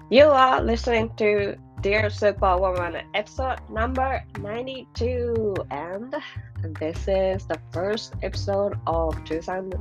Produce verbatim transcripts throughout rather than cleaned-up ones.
You are listening to Dear Superwoman episode number ninety-two, and this is the first episode of twenty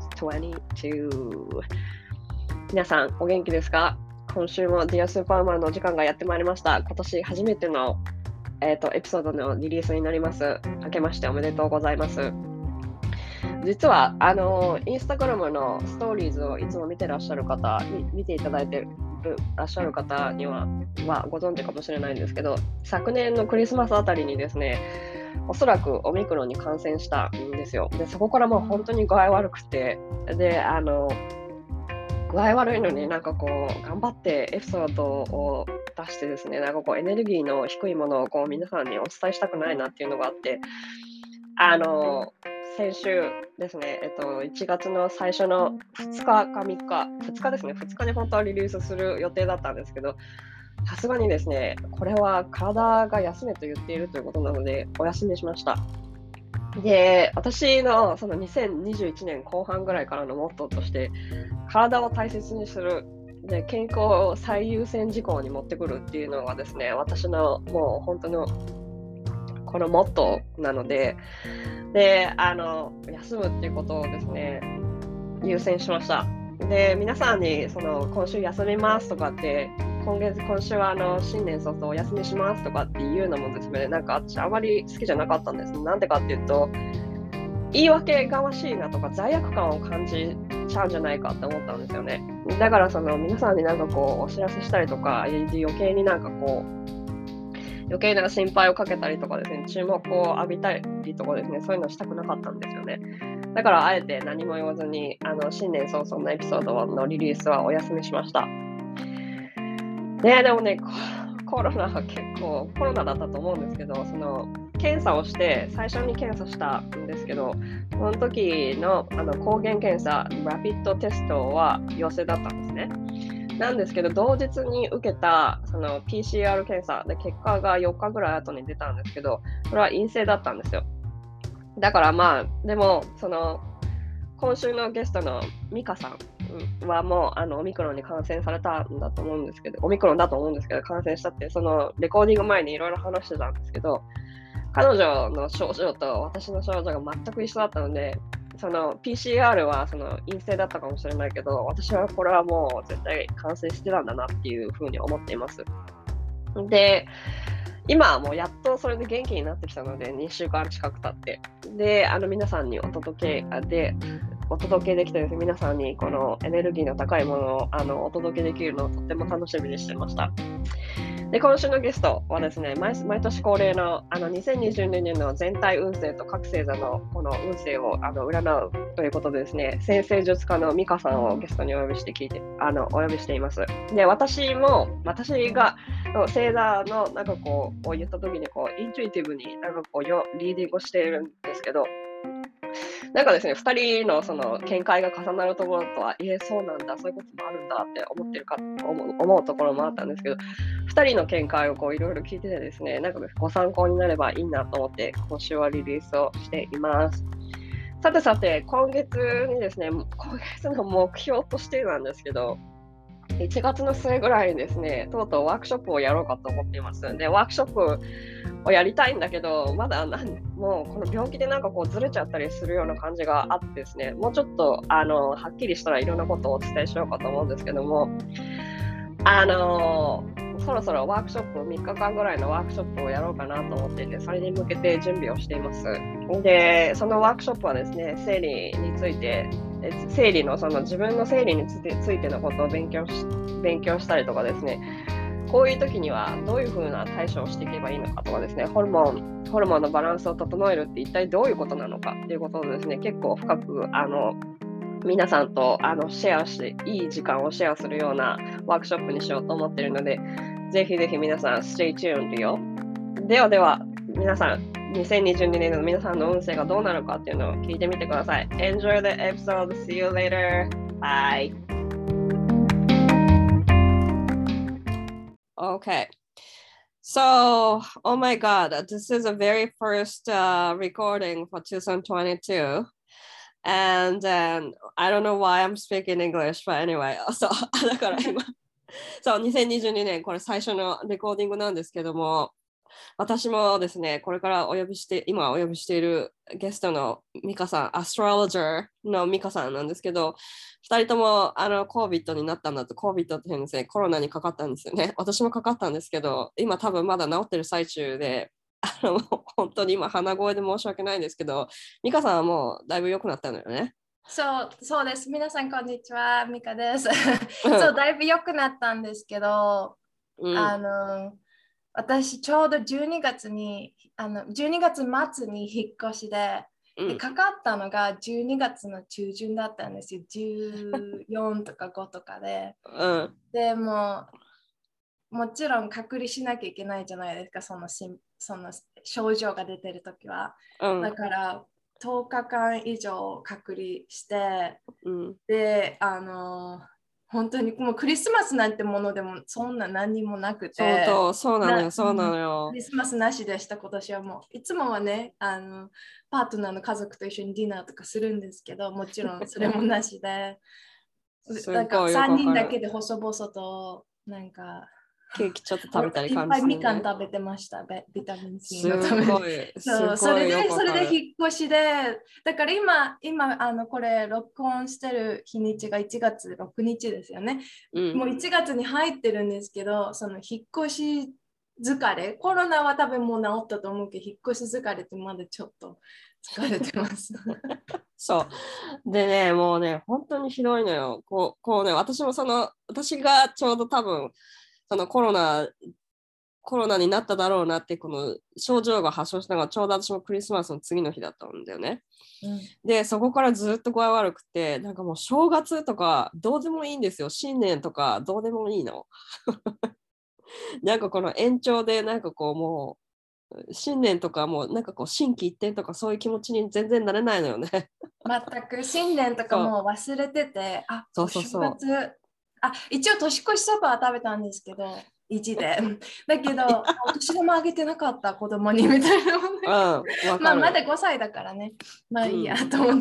twenty-two. 皆さん、お元気ですか？今週も Dear Superwoman の時間がやってまいりました。今年初めての、えーと、エピソードのリリースになります。明けましておめでとうございます。実は、あの、インスタグラムのストーリーズをいつも見てらっしゃる方、見ていただいてるらっしゃる方には、はご存知かもしれないんですけど、昨年のクリスマスあたりにですね、おそらくオミクロンに感染したんですよ。で、そこからもう本当に具合悪くて、で、あの、具合悪いのになんかこう、頑張ってエピソードを出してですね、なんかこうエネルギーの低いものをこう皆さんにお伝えしたくないなっていうのがあって、あの、先週ですね、えっと、いちがつの最初のふつかかみっか、ふつかですね、ふつかに本当はリリースする予定だったんですけど、さすがにですね、これは体が休めと言っているということなので、お休みしました。で、私のそのにせんにじゅういちねんこう半ぐらいからのモットーとして、体を大切にする、で健康を最優先事項に持ってくるっていうのがですね、私のもう本当のこのモットーなので、で、あの、休むっていうことをですね、優先しました。で、皆さんに、その、今週休みますとかって、今月、今週はあの、新年早々お休みしますとかっていうのもですね、なんか私あまり好きじゃなかったんです。なんでかっていうと、言い訳がましいなとか罪悪感を感じちゃうんじゃないかって思ったんですよね。だからその、皆さんになんかこう、お知らせしたりとか、余計になんかこう、余計な心配をかけたりとかですね、注目を浴びたりとかですね、そういうのしたくなかったんですよね。だからあえて何も言わずに、あの新年早々のエピソードのリリースはお休みしました。で、でもね、コロナは結構、コロナだったと思うんですけど、その検査をして、最初に検査したんですけど、その時のあの抗原検査、ラピッドテストは陽性だったんですね。なんですけど、同日に受けたその ピーシーアール 検査で結果がよっかぐらい後に出たんですけど、それは陰性だったんですよ。だからまあ、でも、その、今週のゲストのミカさんはもうあのオミクロンに感染されたんだと思うんですけど、オミクロンだと思うんですけど、感染したって、そのレコーディング前にいろいろ話してたんですけど、彼女の症状と私の症状が全く一緒だったので、その ピーシーアール はその陰性だったかもしれないけど、私はこれはもう絶対感染してたんだなっていうふうに思っています。で、今はもうやっとそれで元気になってきたので、にしゅうかん近く経って、で、あの皆さんにお届けで、お届けできてですね、皆さんにこのエネルギーの高いものをあのお届けできるのをとっても楽しみにしてました。で、今週のゲストはですね、毎, 毎年恒例のあのにせんにじゅうにねんの全体運勢と各星座のこの運勢をあの占うということでですね、先生術家のミカさんをゲストにお呼びして聞いて、あのお呼びしています。で、私も、私が星座のなんかこう、言った時にこう、イントゥイティブになんかこうよ、リーディングをしているんですけど、なんかですね、ふたりのその見解が重なるところとは、いえ、そうなんだ、そういうこともあるんだって思ってるか思う、思うところもあったんですけど、ふたりの見解をこういろいろ聞いててですね、なんかご参考になればいいなと思って、今週はリリースをしています。さてさて、今月にですね、今月の目標としてなんですけど、いちがつの末ぐらいにですね、とうとうワークショップをやろうかと思っています。で、ワークショップをやりたいんだけど、まだなんもうこの病気でなんかこうずれちゃったりするような感じがあってですね、もうちょっとあのはっきりしたらいろんなことをお伝えしようかと思うんですけども、あのそろそろワークショップみっかかんぐらいのワークショップをやろうかなと思っていて、それに向けて準備をしています。で、そのワークショップはですね、生理について、生理のその自分の生理について、ついてのことを勉強し、勉強したりとかですね、こういう時にはどういう風な対処をしていけばいいのかとかですね、ホルモン、ホルモンのバランスを整えるって一体どういうことなのかっていうことをですね、結構深くあの皆さんとあのシェアして、いい時間をシェアするようなワークショップにしようと思っているので、ぜひぜひ皆さん、stay tuned よ。ではでは、皆さん、にせんにじゅうにねんの皆さんの運勢がどうなるかっていうのを聞いてみてください。Enjoy the episode. See you later. Bye. Okay. So, oh my God, this is the very first uh, recording for twenty twenty-two. And then I don't know why I'm speaking English, but anyway, so だから今そう、にせんにじゅうにねん、これ最初のレコーディングなんですけども、私もですね、これからお呼びして、今お呼びしているゲストのミカさん、アストロロジャーのミカさんなんですけど、ふたりともあの COVID になったんだと、COVID って言うんですね、コロナにかかったんですよね。私もかかったんですけど、今多分まだ治ってる最中で、あの本当に今鼻声で申し訳ないんですけど、ミカさんはもうだいぶ良くなったのよね。 そう、そうです。皆さん、こんにちは。ミカです。 うそう、 ん。 だいぶ良くなったんですけど、あうんの、私、ちょうどじゅうにがつに、あの、じゅうにがつ末に引っ越しで、で、 うんかかったのがじゅうにがつの中旬だったんですよ。じゅうよんとかごとかで。 うんでも、もちろん隔離しなきゃいけないじゃないですか、そのしんその症状が出てるときは。 うんだからとおかかん以上隔離して、 うんで、あの、本当にもうクリスマスなんてものでもそんな何にもなくて、 そうと、そうなのよ、 な、 そうなうん、 のよ。 クリスマスなしでした今年はもう。いつもはね、あの、パートナーの家族と一緒にディナーとかするんですけど、もちろんそれもなしで、 すっなんかごいよくさんにんわかる。 だけで細々と、なんか、 ケーキちょっと食べたりいっぱいみかん感じするね。 食べてました、ビビタミンす C のために。 っごい、すっそう、それで、 ごいよくわそれかる。 で引っ越しで、だから今、今、あの、これ、録音してる日にちがいちがつろくにちですよね。 うん。 もういちがつに入ってるんですけど、その引っ越し疲れ、コロナは多分もう治ったと思うけど、引っ越し疲れってまだちょっと疲れてます。 そう。でね、もうね、本当にひどいのよ。こう、こうね、私もその、私がちょうど多分、そのコロナ、コロナになっただろうなって、この症状が発症したのがちょうど私もクリスマスの次の日だったんだよね。 うん、 で、そこからずっと具合悪くて、なんかもう正月とかどうでもいいんですよ。新年とかどうでもいいの。なんかこの延長で、なんかこうもう、新年とかもうなんかこう心機一転とかそういう気持ちに全然なれないのよね。 全く新年とかそうもう忘れてて、あ、 そうお正そうそ月、あ、一応年越しそばは食べたんですけど、意地で。だけど、 う。いあお年玉あげてなかった子供にみたいな。 やうん、わまあ、まだかる。 ごさいだからね。まあいいやうん、 と思って。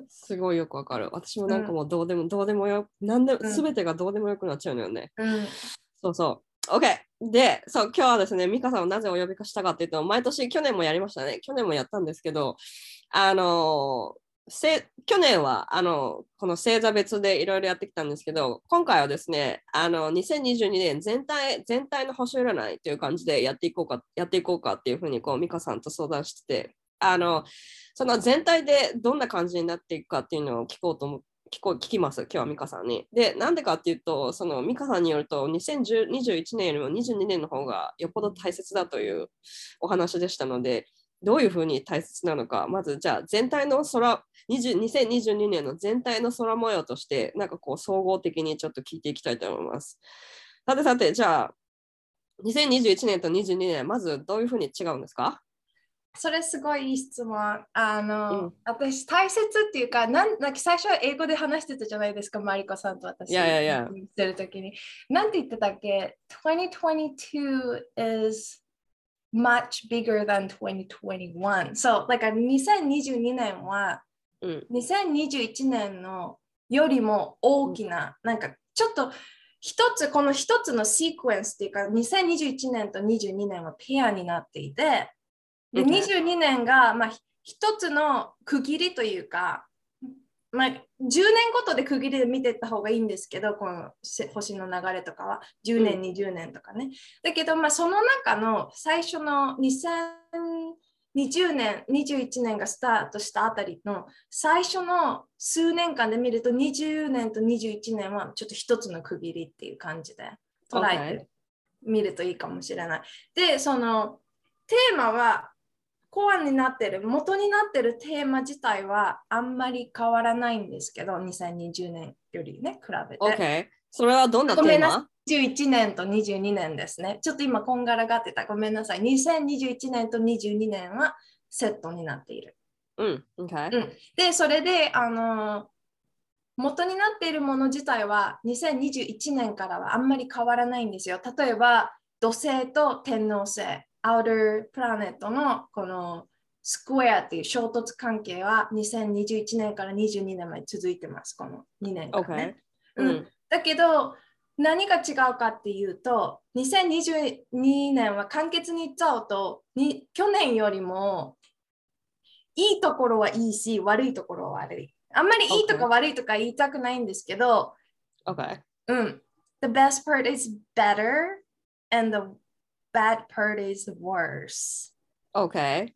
すごいよくわかる。私もうん、 なんかもうどうでも、どうでもよ、なんで、 うん、 すべてがどうでもよくなっちゃうのよね。 うん。 そうそう。OK。で、そう、今日はですね、ミカさんをなぜお呼びしたかっていうと、毎年、去年もやりましたね。去年もやったんですけど、あの、せ去年はあのこの星座別でいろいろやってきたんですけど、今回はですね、あのにせんにじゅうにねん全体全体の星占いという感じでやっていこうか、やっていこうかっていうふうにこうミカさんと相談してて、あのその全体でどんな感じになっていくかっていうのを聞こうと思聞こ聞きます、今日はミカさんに。で、なんでかっていうと、そのミカさんによると、にせんにじゅういちねんよりもにじゅうにねんの方がよっぽど大切だというお話でしたので、どういうふうに大切なのか、まずじゃあ全体の空、にせんにじゅうにねんの全体の空模様として、なんかこう総合的にちょっと聞いていきたいと思います。さてさて、じゃあ、にせんにじゅういちねんとにじゅうにねん、まずどういうふうに違うんですか？ それすごいいい質問。あの、 うん。 私、大切っていうか、なんなんか最初は英語で話してたじゃないですか、マリコさんといやい私、 やいや。 してるときに。なんて言ってたっけ？ にせんにじゅうに is much bigger than twenty twenty-one. So, like にせんにじゅうにねんはうん。 にせんにじゅういちねんのよりも大きな、なんかちょっと一つ、この一つのシークエンスっていうか、にせんにじゅういちねんとにじゅうにねんはペアになっていて、で、 Okay. にじゅうにねんが、まあ、一つの区切りというか、まあ、じゅうねんごとで区切りで見ていった方がいいんですけど、この星の流れとかはじゅうねん、にじゅうねんとかね。だけど、まあ、その中の最初のにせんにじゅうねん、にじゅういちねんがスタートしたあたりの最初の数年間で見るとにじゅうねんとにじゅういちねんはちょっと一つの区切りっていう感じで捉えてみるといいかもしれない。で、そのテーマはコアになってる、元になってるテーマ自体はあんまり変わらないんですけど、にせんにじゅうねんよりね、比べて。 Okay. それはどんなごめんなさい。 テーマ？ にじゅういちねんとにじゅうにねんですね。ちょっと今こんがらがってた。ごめんなさい。にせんにじゅういちねんとにじゅうにねんはセットになっている。 うん。Okay. うん、で、それで、あの、元になっているもの自体はにせんにじゅういちねんからはあんまり変わらないんですよ。例えば、土星と天王星、アウタープラネットのこのスクエアっていう衝突関係はにせんにじゅういちねんからにじゅうにねんまで続いてます。このにねん間ね。 Okay. うん。 だけど、 何が違うかっていうと、にせんにじゅうにねんは簡潔に言っちゃうと、に去年よりもいいところはいいし、悪いところは悪い。あんまりいいとか悪いとか言いたくないんですけど、 Okay. うん。The best part is better and the bad part is worse. Okay.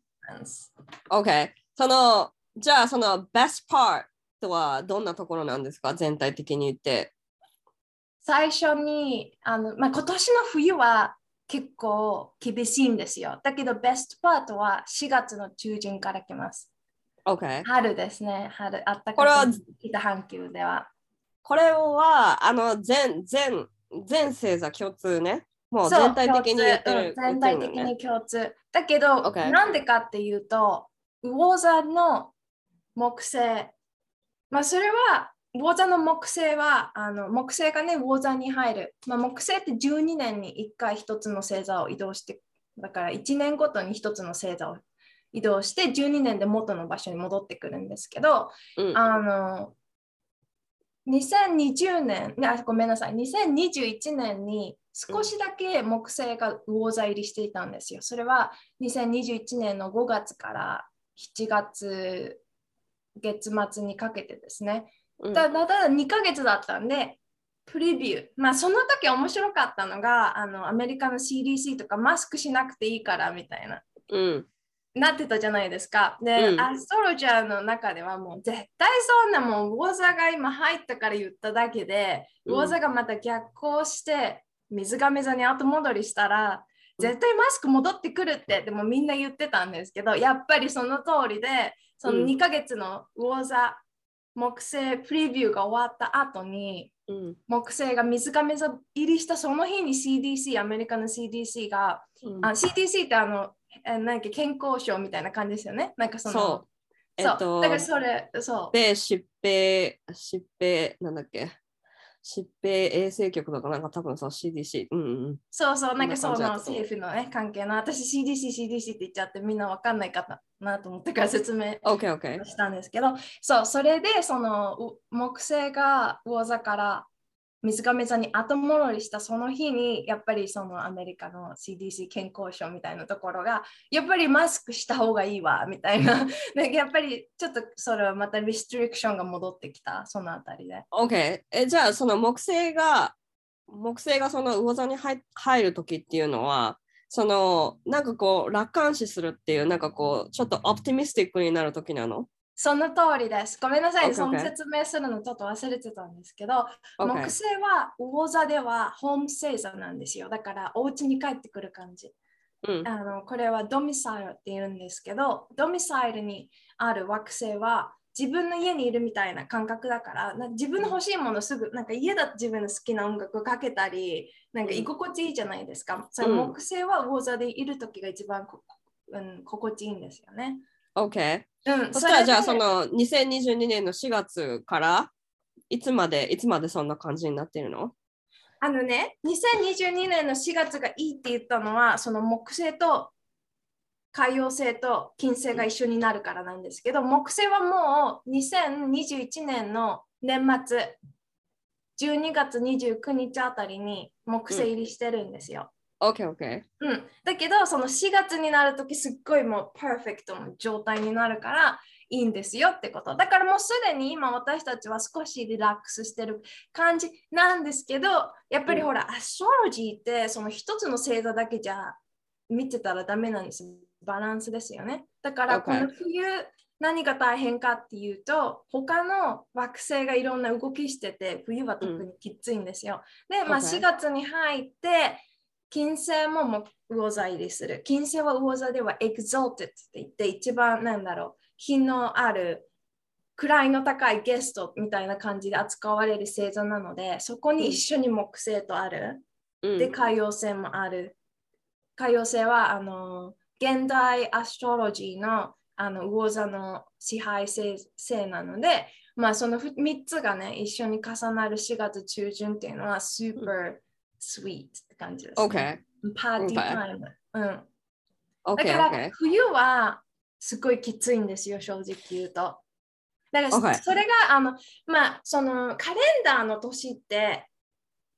Okay. その、じゃあその best part とはどんなところなんですか、全体的に言って。 最初に、あの、まあ、今年の冬は結構厳しいんですよ。だけど、ベストパートはしがつの中旬から来ます。 Okay. 春ですね。春、あったこれはかく北半球では。 これは、あの、全、全、全星座共通ね。もうそう全体的に言ってる。 うん、全体的に共通。だけど、 Okay. なんでかっていうと、魚座の木星、まあ、それは、魚座の木星は、あの木星がね、魚座に入る。まあ、木星ってじゅうにねんにいっかい一つの星座を移動して、だからいちねんごとに一つの星座を移動して、じゅうにねんで元の場所に戻ってくるんですけど、 うん、 あの、にせんにじゅうねん、あ、ごめんなさい、にせんにじゅういちねんに少しだけ木星が魚座入りしていたんですよ。それはにせんにじゅういちねんのごがつからしちがつ月末にかけてですね。ただただにかげつだったんで、プレビュー。まあその時面白かったのが、あのアメリカの シーディーシー とかマスクしなくていいからみたいな。 うん、 なってたじゃないですか。で、 うん、 アストロジャーの中ではもう絶対そんなもん、魚座が今入ったから言っただけで、魚座がまた逆行して、水亀座に後戻りしたら、絶対マスク戻ってくるって、でもみんな言ってたんですけど、やっぱりその通りで、そのにかげつの魚座、木星プレビューが終わった後に、 うん、 木星が水亀座入りしたその日に シーディーシー、アメリカの シーディーシー が、 うん、 あ シーディーシー ってあの、なんか健康賞みたいな感じですよね。なんかその、 そう。えっと、 だからそれ、そう。 で、疾病、疾病、なんだっけ、疾病衛生局とかなんか多分そう シーディーシー。うんうん。 そうそう、なんかそのそんな感じだったと思う政府のね、関係の、私 シーディーシー、シーディーシー って言っちゃってみんなわかんないかなと思ってから説明 OK, OK. したんですけど、そう、それでそのう木星が魚座から水亀座に後戻りしたその日に、やっぱりそのアメリカの シーディーシー 健康省みたいなところが、やっぱりマスクした方がいいわ、みたいな。でやっぱりちょっとそれはまたリストリクションが戻ってきた、そのあたりで。 OK。え、じゃあその木星が、木星がその魚座に入入るときっていうのは、そのなんかこう楽観視するっていう、なんかこうちょっとオプティミスティックになるときなの？ その通りです。ごめんなさい、 Okay, その okay. 説明するのちょっと忘れてたんですけど、 Okay. 木星は魚座ではホーム星座なんですよ。だからお家に帰ってくる感じ。 うん、 あのこれはドミサイルって言うんですけど、ドミサイルにある惑星は自分の家にいるみたいな感覚だから、な自分の欲しいものすぐ、なんか家だと自分の好きな音楽かけたり、なんか居心地いいじゃないですか。うん、その木星は魚座でいるときが一番こ、うん、心地いいんですよね。 OK。 うん、 そしたらじゃあそのにせんにじゅうにねんのしがつからいつまでいつまでそんな感じになってるの？ あのね、にせんにじゅうにねんのしがつがいいって言ったのは、その木星と海王星と金星が一緒になるからなんですけど、木星はもうにせんにじゅういちねんの年末、じゅうにがつにじゅうくにちあたりに木星入りしてるんですよ。 OK, OK。 うん。だけど、そのしがつになるときすっごいもうパーフェクトの状態になるからいいんですよってこと。だからもうすでに今私たちは少しリラックスしてる感じなんですけど、やっぱりほら、うん、アストロジーってその一つの星座だけじゃ見てたらダメなんです。バランスですよね。だからこの冬、okay. 何が大変かっていうと、他の惑星がいろんな動きしてて、冬は特にきついんですよ。うん、で、まあ、しがつに入って、金星も魚座入りする。金星は魚座では exalted って言って一番なんだろう、品のある位の高いゲストみたいな感じで扱われる星座なので、そこに一緒に木星とある。うん、で、海王星もある。海王星はあの現代アストロジーのあの魚座の支配星なので、まあそのみっつがね、一緒に重なるしがつ中旬っていうのは super sweet って感じですね。 Okay. パーティータイム。うん。 Okay, だから、 okay. 冬はすごいきついんですよ、正直言うと。だから、それが、あの、まあ、そのカレンダーの年って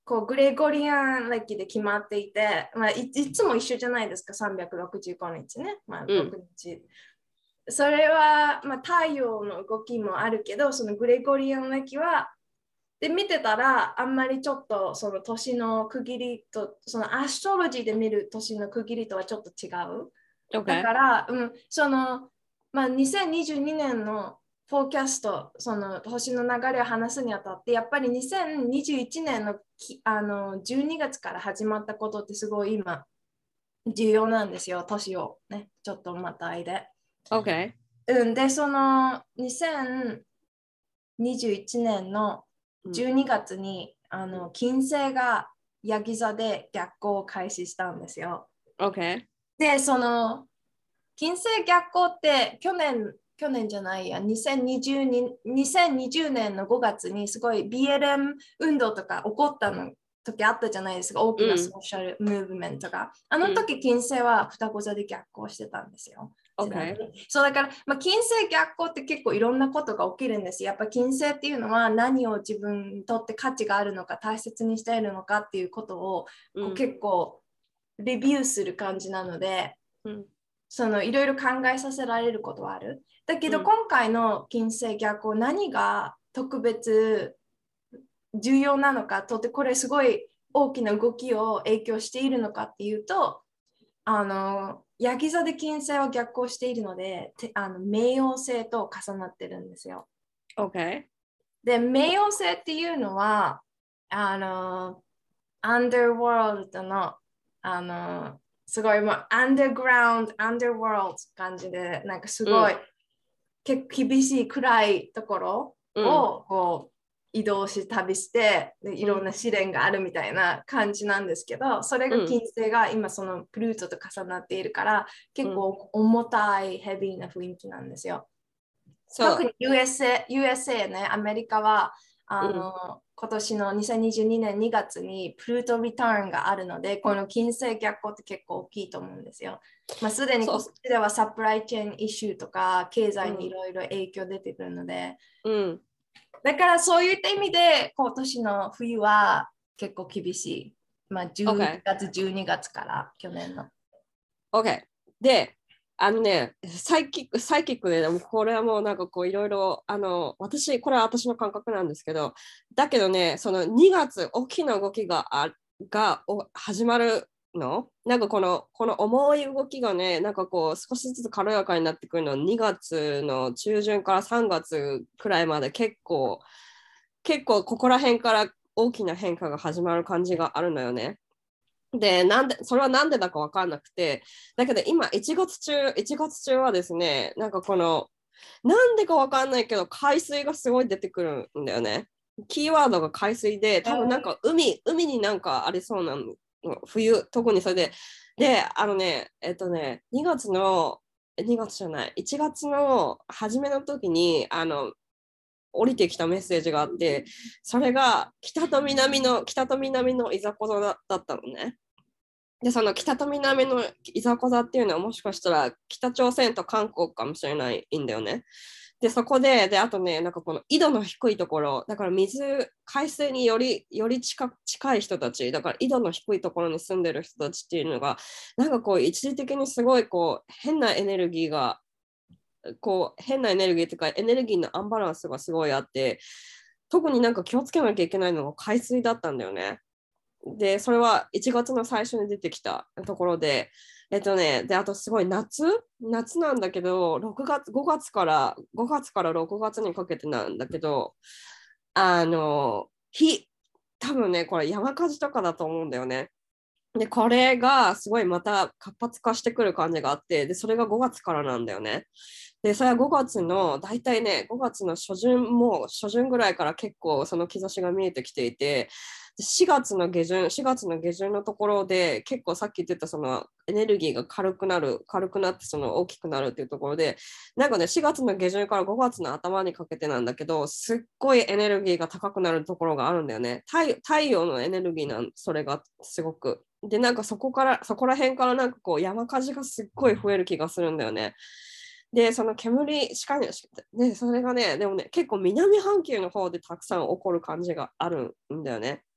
こうグレゴリアン暦で決まっていて、まあ、い, いつも一緒じゃないですか、さんびゃくろくじゅうごにちね。まあ、ろくにち、うん、それは、まあ、太陽の動きもあるけど、そのグレゴリアン暦は、で見てたら、あんまりちょっとその年の区切りと、そのアストロジーで見る年の区切りとはちょっと違う。 Okay. だから、うん、その、まあ、にせんにじゅうにねんのフォーキャスト、その星の流れを話すにあたって、やっぱりにせんにじゅういちねんの、あのじゅうにがつから始まったことってすごい今重要なんですよ、年をね、ちょっとまたいで。 Okay. うん、で、そのにせんにじゅういちねんのじゅうにがつに、うん、あの金星がヤギ座で逆行を開始したんですよ。 Okay. で、その金星逆行って去年、去年じゃないや、にせんにじゅうに、にせんにじゅうねんのごがつにすごい ビーエルエム 運動とか起こったの時あったじゃないですか、大きなソーシャルムーブメントが。うん、あの時、金星は双子座で逆行してたんですよ。 Okay. そうだから、まあ、金星逆行って結構いろんなことが起きるんですよ。やっぱ金星っていうのは何を自分にとって価値があるのか、大切にしているのかっていうことを、こう結構レビューする感じなので、 うん、 そのいろいろ考えさせられることはある。だけど、うん、今回の金星逆行、何が特別重要なのかとって、これすごい大きな動きを影響しているのかっていうと、あのヤギ座で金星は逆行しているので、あの冥王星と重なってるんですよ。 Okay. で、冥王星っていうのは、あの、アンダーワールドの、あの、すごいもう、アンダーグラウンド、アンダーワールド感じで、なんかすごい、うん、結構厳しい暗いところをこう移動し、旅して、でいろんな試練があるみたいな感じなんですけど、それが金星が今そのプルートと重なっているから、結構重たいヘビーな雰囲気なんですよ。特に ユーエスエー、ユーエスエー ね、アメリカはあの、うん、今年のにせんにじゅうにねんにがつにプルートリターンがあるので、この金星逆行って結構大きいと思うんですよ。まあ、すでにこっちではサプライチェーンイシューとか経済にいろいろ影響出てくるので、うん、だからそういった意味で今年の冬は結構厳しい。まあ、じゅうがつ、じゅうにがつから去年の。 OK。で、あのね、サイキック、サイキックで、でもこれはもうなんかこういろいろ、あの、私、これは私の感覚なんですけど、だけどね、そのにがつ、大きな動きがあが始まるの、なんかこの、この重い動きがね、なんかこう少しずつ軽やかになってくるの、にがつの中旬からさんがつくらいまで結構、結構ここら辺から大きな変化が始まる感じがあるのよね。で、なんで、それはなんでだか分かんなくて、だけど今いちがつ中、いちがつ中はですね、なんかこの、なんでか分かんないけど、海水がすごい出てくるんだよね。キーワードが海水で、多分なんか海、海になんかありそうなの、冬、特にそれで、で、あのね、えっとね、にがつの、にがつじゃない、いちがつの初めの時に、あの、降りてきたメッセージがあって、それが北と南の、北と南のいざこざだったのね。で、その北と南のいざこざっていうのはもしかしたら北朝鮮と韓国かもしれないんだよね。で、そこで、で、あとね、なんかこの緯度の低いところ、だから水、海水により、より近近い人たち、だから緯度の低いところに住んでる人たちっていうのが、なんかこう一時的にすごいこう変なエネルギーが、こう変なエネルギーというかエネルギーのアンバランスがすごいあって、特になんか気をつけなきゃいけないのが海水だったんだよね。で、それはいちがつの最初に出てきたところで、えっとね、で、あとすごい夏夏なんだけど、ろくがつ、ごがつから、ごがつからろくがつにかけてなんだけど、あの、火、多分ね、これ山火事とかだと思うんだよね。で、これがすごいまた活発化してくる感じがあって、で、それがごがつからなんだよね。で、それはごがつの、大体ね、ごがつの初旬、もう初旬ぐらいから結構その兆しが見えてきていて、しがつの下旬、しがつの下旬のところで結構さっき言ってたそのエネルギーが軽くなる、軽くなってその大きくなるっていうところで、なんかね、しがつの下旬からごがつの頭にかけてなんだけど、すっごいエネルギーが高くなるところがあるんだよね。太, 太陽のエネルギーなん、それがすごく。で、なんかそこから、そこら辺からなんかこう山火事がすっごい増える気がするんだよね。で、その煙、しかに、ね、それがね、でもね、結構南半球の方でたくさん起こる感じがあるんだよね。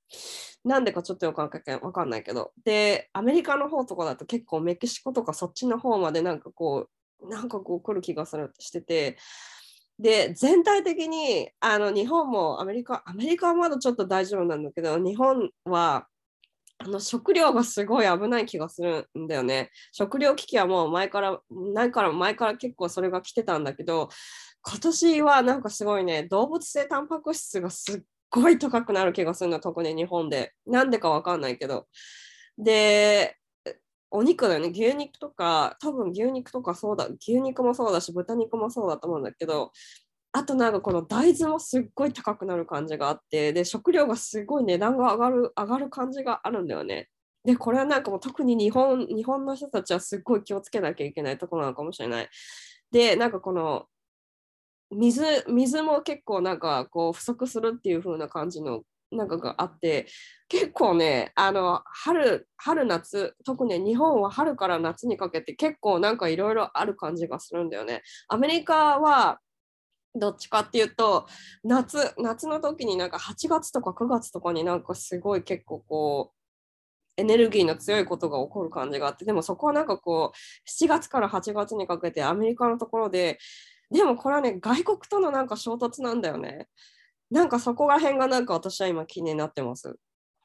なんでかちょっとよくわかんないけど。で、アメリカの方とかだと結構メキシコとかそっちの方までなんかこう、なんかこう来る気がするしてて、で、全体的にあの日本もアメリカ、アメリカはまだちょっと大丈夫なんだけど、日本はあの食料がすごい危ない気がするんだよね。食料危機はもう前から、前から前から結構それが来てたんだけど、今年はなんかすごいね、動物性タンパク質がすっごい高くなる気がするの、特に日本で。なんでかわかんないけど。で、お肉だよね、牛肉とか、多分牛肉とかそうだ、牛肉もそうだし、豚肉もそうだと思うんだけど、あとなんかこの大豆もすっごい高くなる感じがあって、で、食料がすごい値段が上がる、上がる感じがあるんだよね。で、これはなんかもう特に日本、日本の人たちはすっごい気をつけなきゃいけないところなのかもしれない。で、なんかこの水、水も結構なんかこう不足するっていう風な感じのなんかがあって、結構ね、あの春、春夏、特に日本は春から夏にかけて結構なんかいろいろある感じがするんだよね。アメリカはどっちかっていうと、夏、夏の時になんかはちがつとかくがつとかになんかすごい結構こう、エネルギーの強いことが起こる感じがあって、でもそこはなんかこう、しちがつからはちがつにかけてアメリカのところで、でもこれはね、外国とのなんか衝突なんだよね。なんかそこら辺がなんか私は今気になってます。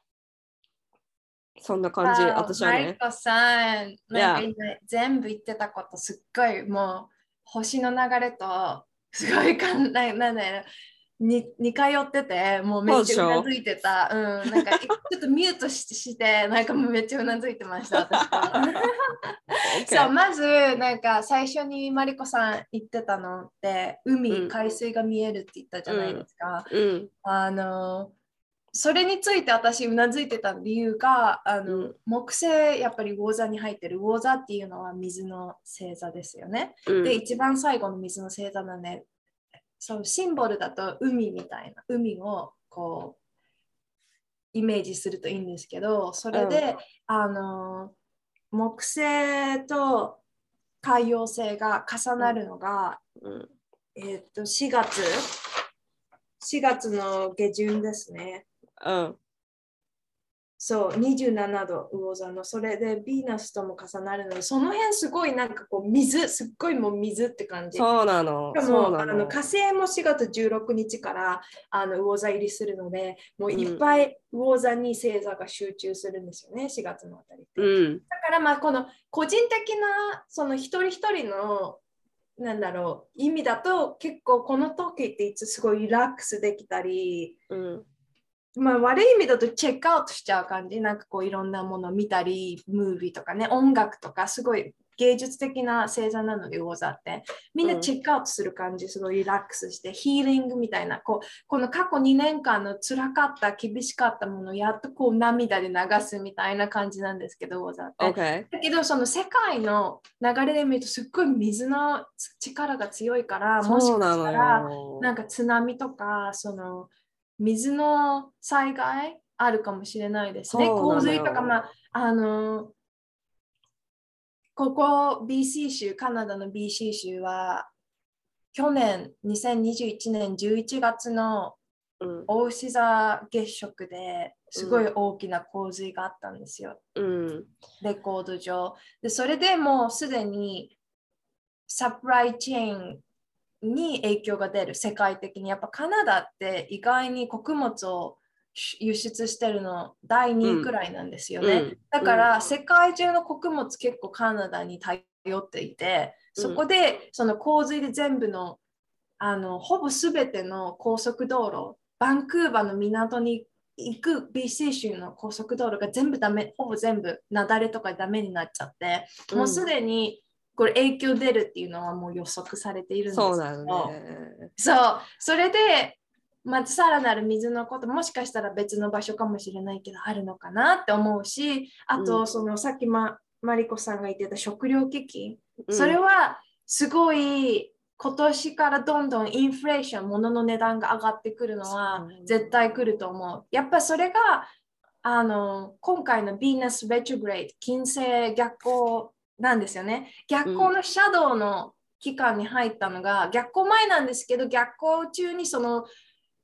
そんな感じ、私はマね。 リコさん、なんか Yeah. 今全部言ってたことすっごいもう星の流れとすごいかんないなんだよに似通っててもうめっちゃうなずいてた。うん、なんかちょっとミュートししてなんかもうめっちゃうなずいてました私は。そう、まずなんか最初にマリコさん言ってたのって海、 うん、 海水が見えるって言ったじゃないですか。 うん、 あのそれについて私うなずいてた理由があの、 うん、 木星やっぱり魚座に入ってる魚座っていうのは水の星座ですよね。 うん、 で一番最後の水の星座なんでそのシンボルだと海みたいな海をこうイメージするといいんですけどそれで、あの木星と海洋星が重なるのが、 うん、 えー、としがつしがつの下旬ですね。 うん。 そう、にじゅうななど魚座の、それでヴィーナスとも重なるので、その辺すごいなんかこう水、すっごいもう水って感じ。 そうなの。 でそうなもあのの。 火星もしがつじゅうろくにちからあの魚座入りするので、もういっうん、 ぱい魚座に星座が集中するんですよね、しがつのあたりって。 うん、 だからまあこの個人的なその一人一人のなんだろう意味だと結構この時っていつすごいリラックスできたり、 うん。 まあ、悪い意味だとチェックアウトしちゃう感じ。なんかこういろんなものを見たり、ムービーとかね、音楽とか、すごい芸術的な星座なので、魚座って。みんなチェックアウトする感じ、すごいリラックスして、ヒーリングみたいな、こうこの過去にねんかんの辛かった、厳しかったものをやっとこう涙で流すみたいな感じなんですけど、魚座って。 Okay. だけど、その世界の流れで見ると、すっごい水の力が強いから、もしかしたら、なんか津波とか、その、水の災害あるかもしれないですね。洪水とか、まあ、あの、ここ ビーシー 州、カナダの ビーシー 州は、去年にせんにじゅういちねんじゅういちがつの大牛座月食ですごい大きな洪水があったんですよ。 うん、 レコード上。で、それでもうすでにサプライチェーンに影響が出る世界的にやっぱカナダって意外に穀物を輸出してるのだいにいくらいなんですよね、うん、だから世界中の穀物結構カナダに頼っていてそこでその洪水で全部のあのほぼ全ての高速道路バンクーバーの港に行く ビーシー 州の高速道路が全部ダメほぼ全部雪崩とかダメになっちゃってもうすでにこれ影響出るっていうのはもう予測されているんですけど、 そうだね。 そう、それで、またさらなる水のこと、もしかしたら別の場所かもしれないけど、あるのかなって思うし、あと、うん、そのさっき、ま、マリコさんが言ってた食料危機、うん、それはすごい今年からどんどんインフレーション、物の値段が上がってくるのは絶対来ると思う。やっぱそれがあの今回のヴィーナス・レトログレード、金星逆行なんですよね。逆行のシャドウの期間に入ったのが、うん、逆行前なんですけど、逆行中にその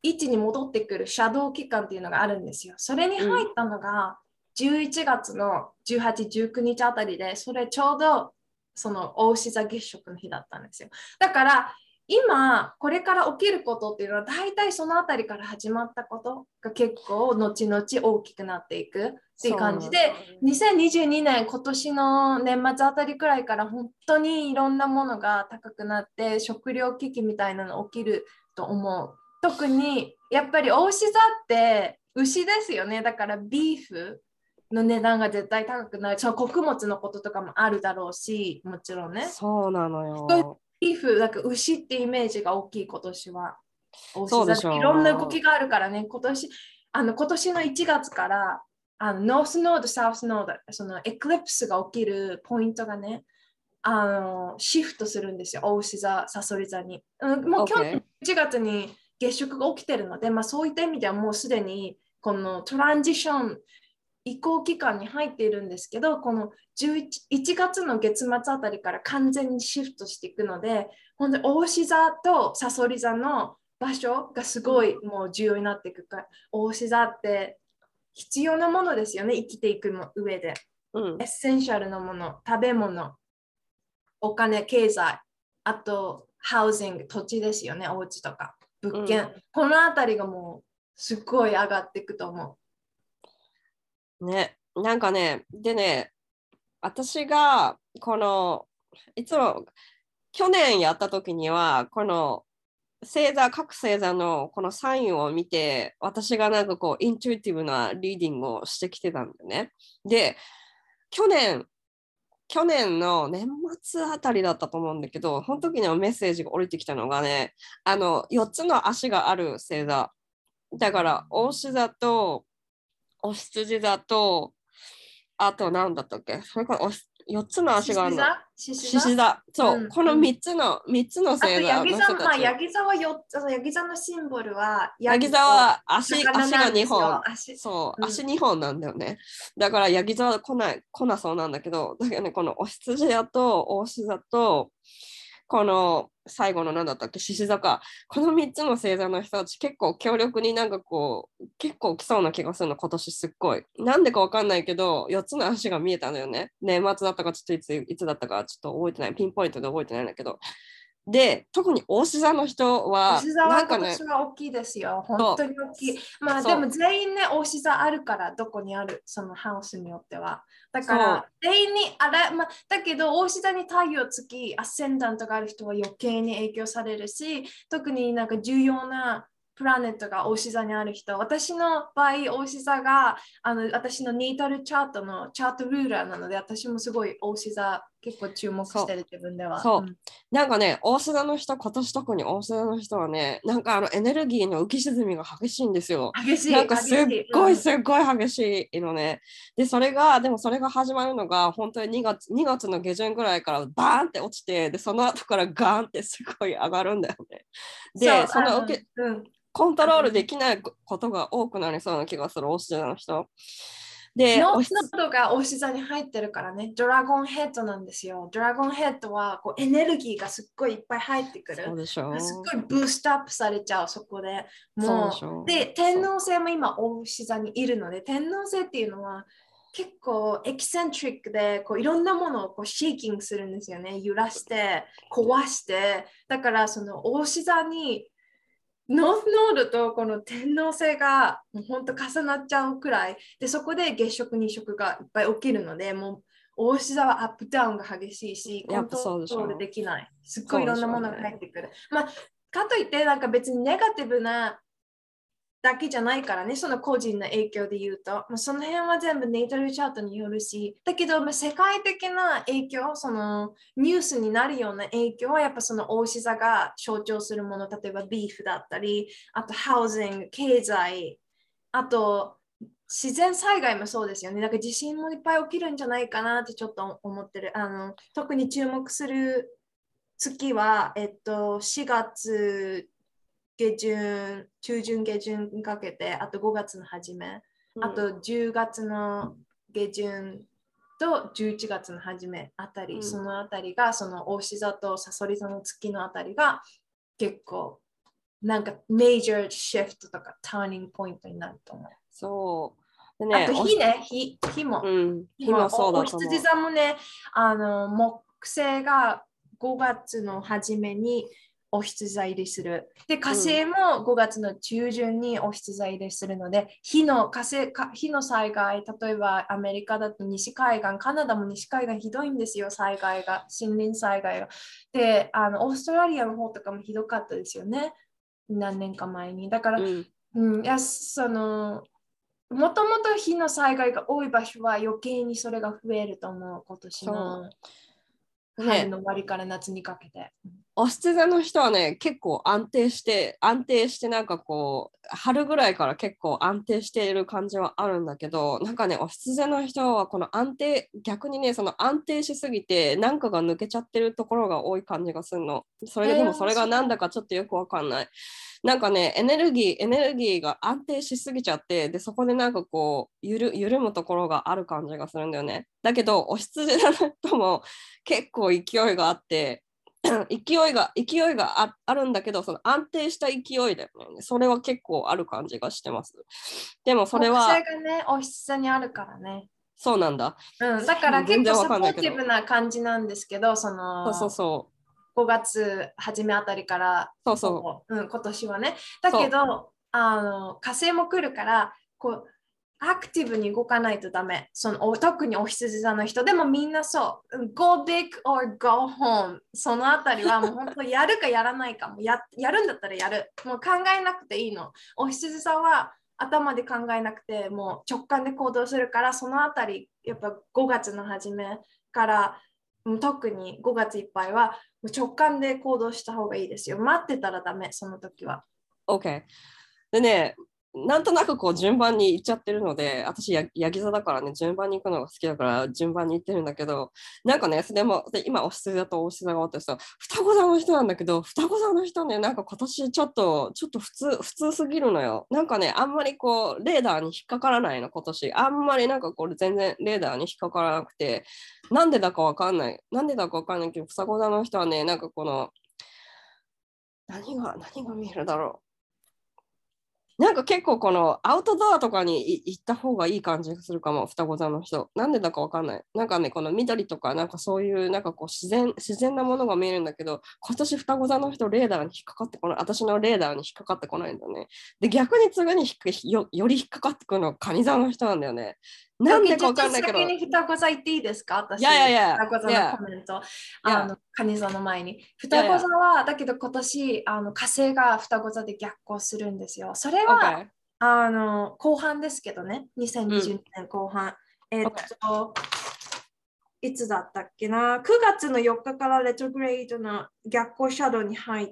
位置に戻ってくるシャドウ期間っていうのがあるんですよ。それに入ったのがじゅういちがつのじゅうはち、じゅうくにちあたりで、それちょうどその牡牛座月食の日だったんですよ。だから今これから起きることっていうのは大体そのあたりから始まったことが結構後々大きくなっていくっていう感じで、にせんにじゅうにねん今年の年末あたりくらいから本当にいろんなものが高くなって食料危機みたいなの起きると思う。特にやっぱり牡牛座って牛ですよね。だからビーフの値段が絶対高くなる。その穀物のこととかもあるだろうし、もちろんね。 そうなのよ。 ビーフ、なんか牛ってイメージが大きい今年は。 そうでしょう。 いろんな動きがあるからね、今年、あの今年のいちがつからあのノースノード、サウスノード、そのエクリプスが起きるポイントがね、あのシフトするんですよ、牡牛座、サソリ座に。うんもう去年いちがつに月食が起きてるので、まあ、そういった意味ではもうすでにこのトランジション移行期間に入っているんですけど、このじゅういち、いちがつの月末あたりから完全にシフトしていくので、本当に牡牛座とサソリ座の場所がすごいもう重要になっていくから、牡牛座って必要なものですよね、生きていくの上で。 うん、 エッセンシャルなもの、食べ物、お金、経済、あと、ハウジング、土地ですよね、お家とか、物件。うん、このあたりがもうすっごい上がっていくと思う。 ね、なんかね、でね、私がこのいつも去年やった時にはこの星座各星座のこのサインを見て私がなんかこうインチュイティブなリーディングをしてきてたんだよね。で去年去年の年末あたりだったと思うんだけど、その時のメッセージが降りてきたのがね、あのよっつの足がある星座だから、牡牛座とお羊座と、あと何だったっけ、それからよっつの足があるの。獅子座。そう、うん、このみっつの、みっつの星座の人たち。 まあ、ヤギ座はよっつ、ヤギ座のシンボルは、 ヤギ座は足、足がにほん。そう、うん、足にほんなんだよね。だからヤギ座は来ない、来なそうなんだけど、だけどね、このお羊座とお牛座と、この最後の何だったっけ、獅子座か。このみっつの星座の人たち結構強力になんかこう、結構来そうな気がするの、今年すっごい。なんでかわかんないけど、よっつの足が見えたのよね。年末だったかちょっといつ、いつだったかちょっと覚えてない。ピンポイントで覚えてないんだけど。で、特に大志座の人は、 大志座は今年は大きいですよ。本当に大きい。まあでも全員ね、大志座あるから、どこにある、そのハウスによっては。だから、全員にあら、まあ、だけど、大志座に太陽つき、アッセンダントがある人は余計に影響されるし、特になんか重要なプラネットが牡牛座にある人、私の場合、牡牛座があの私のネイタルチャートのチャートルーラーなので、私もすごい牡牛座結構注目してる自分では。 そう、うん、なんかね、牡牛座の人、今年特に牡牛座の人はね、なんかあのエネルギーの浮き沈みが激しいんですよ。 激しい。 なんかすっごいすっごい激しいのね。で、それが、でもそれが始まるのが本当ににがつ、にがつの下旬ぐらいからバーンって落ちて、で、その後からガーンってすごい上がるんだよね。で、その受け、うんコントロールできないことが多くなりそうな気がする、牡牛座の人。 で、ノートが牡牛座に入ってるからね、ドラゴンヘッドなんですよ。ドラゴンヘッドはこうエネルギーがすっごいいっぱい入ってくる。 そうでしょう。 すっごいブーストアップされちゃう、そこで。もう、で、天王星も今、牡牛座にいるので、天王星っていうのは、結構エキセントリックでこういろんなものをこうシェイキングするんですよね。揺らして、壊して。だからその牡牛座にノースノードとこの天王星がもう本当重なっちゃうくらいで、そこで月食日食がいっぱい起きるので、もう牡牛座はアップダウンが激しいし、コントロールできない。すっごいいろんなものが入ってくる。まあ、かといってなんか別にネガティブなだけじゃないからね、その個人の影響で言うと、まあ、その辺は全部ネイタルチャートによるし、だけど、まあ、世界的な影響、そのニュースになるような影響はやっぱその牡牛座が象徴するもの、例えばビーフだったり、あとハウジング、経済、あと自然災害もそうですよね。なんか地震もいっぱい起きるんじゃないかなってちょっと思ってる。あの特に注目する月は、えっと、しがつ下旬、中旬下旬にかけて、あとごがつの初め、うん、あとじゅうがつの下旬とじゅういちがつの初めあたり、うん、そのあたりが、その牡牛座とさそり座の月のあたりが結構なんかメジャーシフトとかターニングポイントになると思う。 そう。でね、 あと火ね、火、火も。 うん、火もそうだと思う。 お羊座もね、あの木星がごがつの初めにお羊座入りする。で、火星もごがつの中旬にお羊座入りするので、火の火星か火の災害、例えばアメリカだと西海岸、カナダも西海岸ひどいんですよ、災害が、森林災害が。で、あのオーストラリアの方とかもひどかったですよね、何年か前に。だから、 うん、 うん、いやそのもともと火の災害が多い場所は余計にそれが増えると思う、今年の春の終わりから夏にかけて。 お羊座の人はね、結構安定して、安定してなんかこう、春ぐらいから結構安定している感じはあるんだけど、なんかね、お羊座の人はこの安定、逆にね、その安定しすぎて、なんかが抜けちゃってるところが多い感じがするの。それでもそれがなんだかちょっとよくわかんない。なんかね、エネルギー、エネルギーが安定しすぎちゃって、で、そこでなんかこう、ゆる緩むところがある感じがするんだよね。だけど、お羊座の人も結構勢いがあって、勢いが、勢いが あ, あるんだけど、その安定した勢いだよね。それは結構ある感じがしてます。でもそれは。 木星がね、お羊座にあるからね。 そうなんだ。 うん、だから結構サポーティブな感じなんですけど、その、 そうそうそう。 ごがつ初めあたりから、 そうそう、 うん、今年はね。だけど、あの火星も来るから、こう、アクティブに動かないとダメ。その特にお羊座の人。でもみんなそう。Go big or go home。そのあたりはもう本当やるかやらないかもや。やるんだったらやる。もう考えなくていいの。お羊座は頭で考えなくて、もう直感で行動するから、そのあたり、やっぱごがつの初めから、特にごがついっぱいは直感で行動した方がいいですよ。待ってたらダメ、その時は。 OK。でね、なんとなくこう順番に行っちゃってるので、私や、ヤギ座だからね、順番に行くのが好きだから順番に行ってるんだけど、なんかね、でも、で今、お羊座とお羊座がおってさ、双子座の人なんだけど、双子座の人ね、なんか今年ちょっと、ちょっと普通、普通すぎるのよ。なんかね、あんまりこう、レーダーに引っかからないの、今年。あんまりなんかこれ全然レーダーに引っかからなくて、なんでだかわかんない。なんでだかわかんないけど、双子座の人はね、なんかこの、何が、何が見えるだろう。なんか結構このアウトドアとかに行った方がいい感じがするかも、双子座の人。なんでだかわかんない。なんかね、この緑とか、なんかそういうなんかこう自然、自然なものが見えるんだけど、今年双子座の人、レーダーに引っかかってこない。私のレーダーに引っかかってこないんだよね。で、逆に次によより引っかかってくるのは蟹座の人なんだよね。なんでかわかんないけど。 先に双子座言っていいですか？私、 いやいやいや双子座のコメント。あの、蟹座の前に。双子座は、だけど今年、あの火星が双子座で逆行するんですよ。それは、 okay. あの後半ですけどね、にせんにじゅうねん後半。うん、えっと、okay. いつだったっけな、くがつのよっかからレトグレードの逆行シャドウに入って、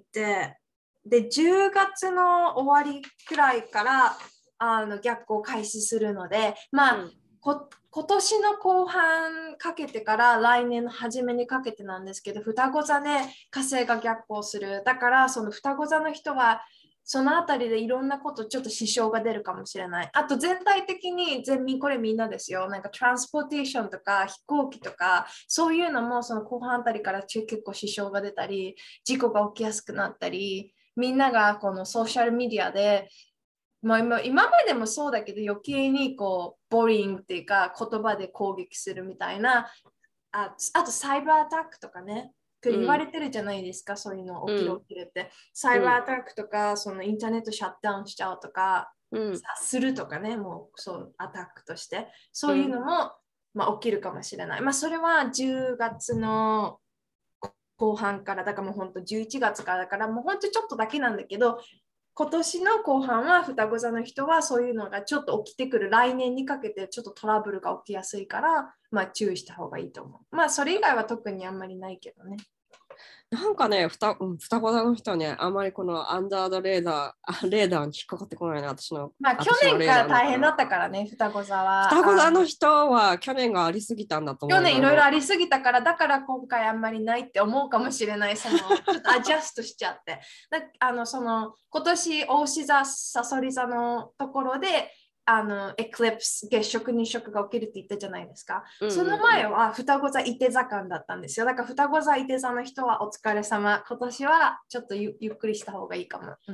で、じゅうがつの終わりくらいからあの逆行開始するので、まあ、うん、こ今年の後半かけてから来年の初めにかけてなんですけど、双子座で火星が逆行する。だから、その双子座の人は、そのあたりでいろんなことちょっと支障が出るかもしれない。あと全体的に全民これみんなですよ。なんかトランスポーテーションとか飛行機とかそういうのもその後半あたりから結構支障が出たり事故が起きやすくなったり、みんながこのソーシャルメディアで、まあ、今, 今までもそうだけど余計にこうボリングっていうか言葉で攻撃するみたいな、 あ, あとサイバーアタックとかね言われてるじゃないですか、うん、そういうの起きる起きるって、うん、サイバーアタックとか、そのインターネットシャットダウンしちゃうとか、うん、するとかね、もうそうアタックとしてそういうのも、うん、まあ、起きるかもしれない。まあ、それはじゅうがつの後半から、だからもう本当じゅういちがつからだからもう本当ちょっとだけなんだけど、今年の後半は双子座の人はそういうのがちょっと起きてくる。来年にかけてちょっとトラブルが起きやすいから、まあ注意した方がいいと思う。まあそれ以外は特にあんまりないけどね。 なんかね、ふた、うん、双子座の人はね、あんまりこのアンダードレーダー、レーダーに引っかかってこないな、私の。 まあ去年から大変だったからね、双子座は。 双子座の人は去年がありすぎたんだと思う。 去年いろいろありすぎたから、だから今回あんまりないって思うかもしれない。そのちょっとアジャストしちゃって。だあのその今年、大志座、さそり座のところで、あのエクリプス、月食、日食が起きるって言ったじゃないですか。うんうんうん、その前は双子座、いて座間だったんですよ。だから双子座、いて座の人はお疲れ様。今年はちょっと ゆ, ゆっくりした方がいいかも。うん、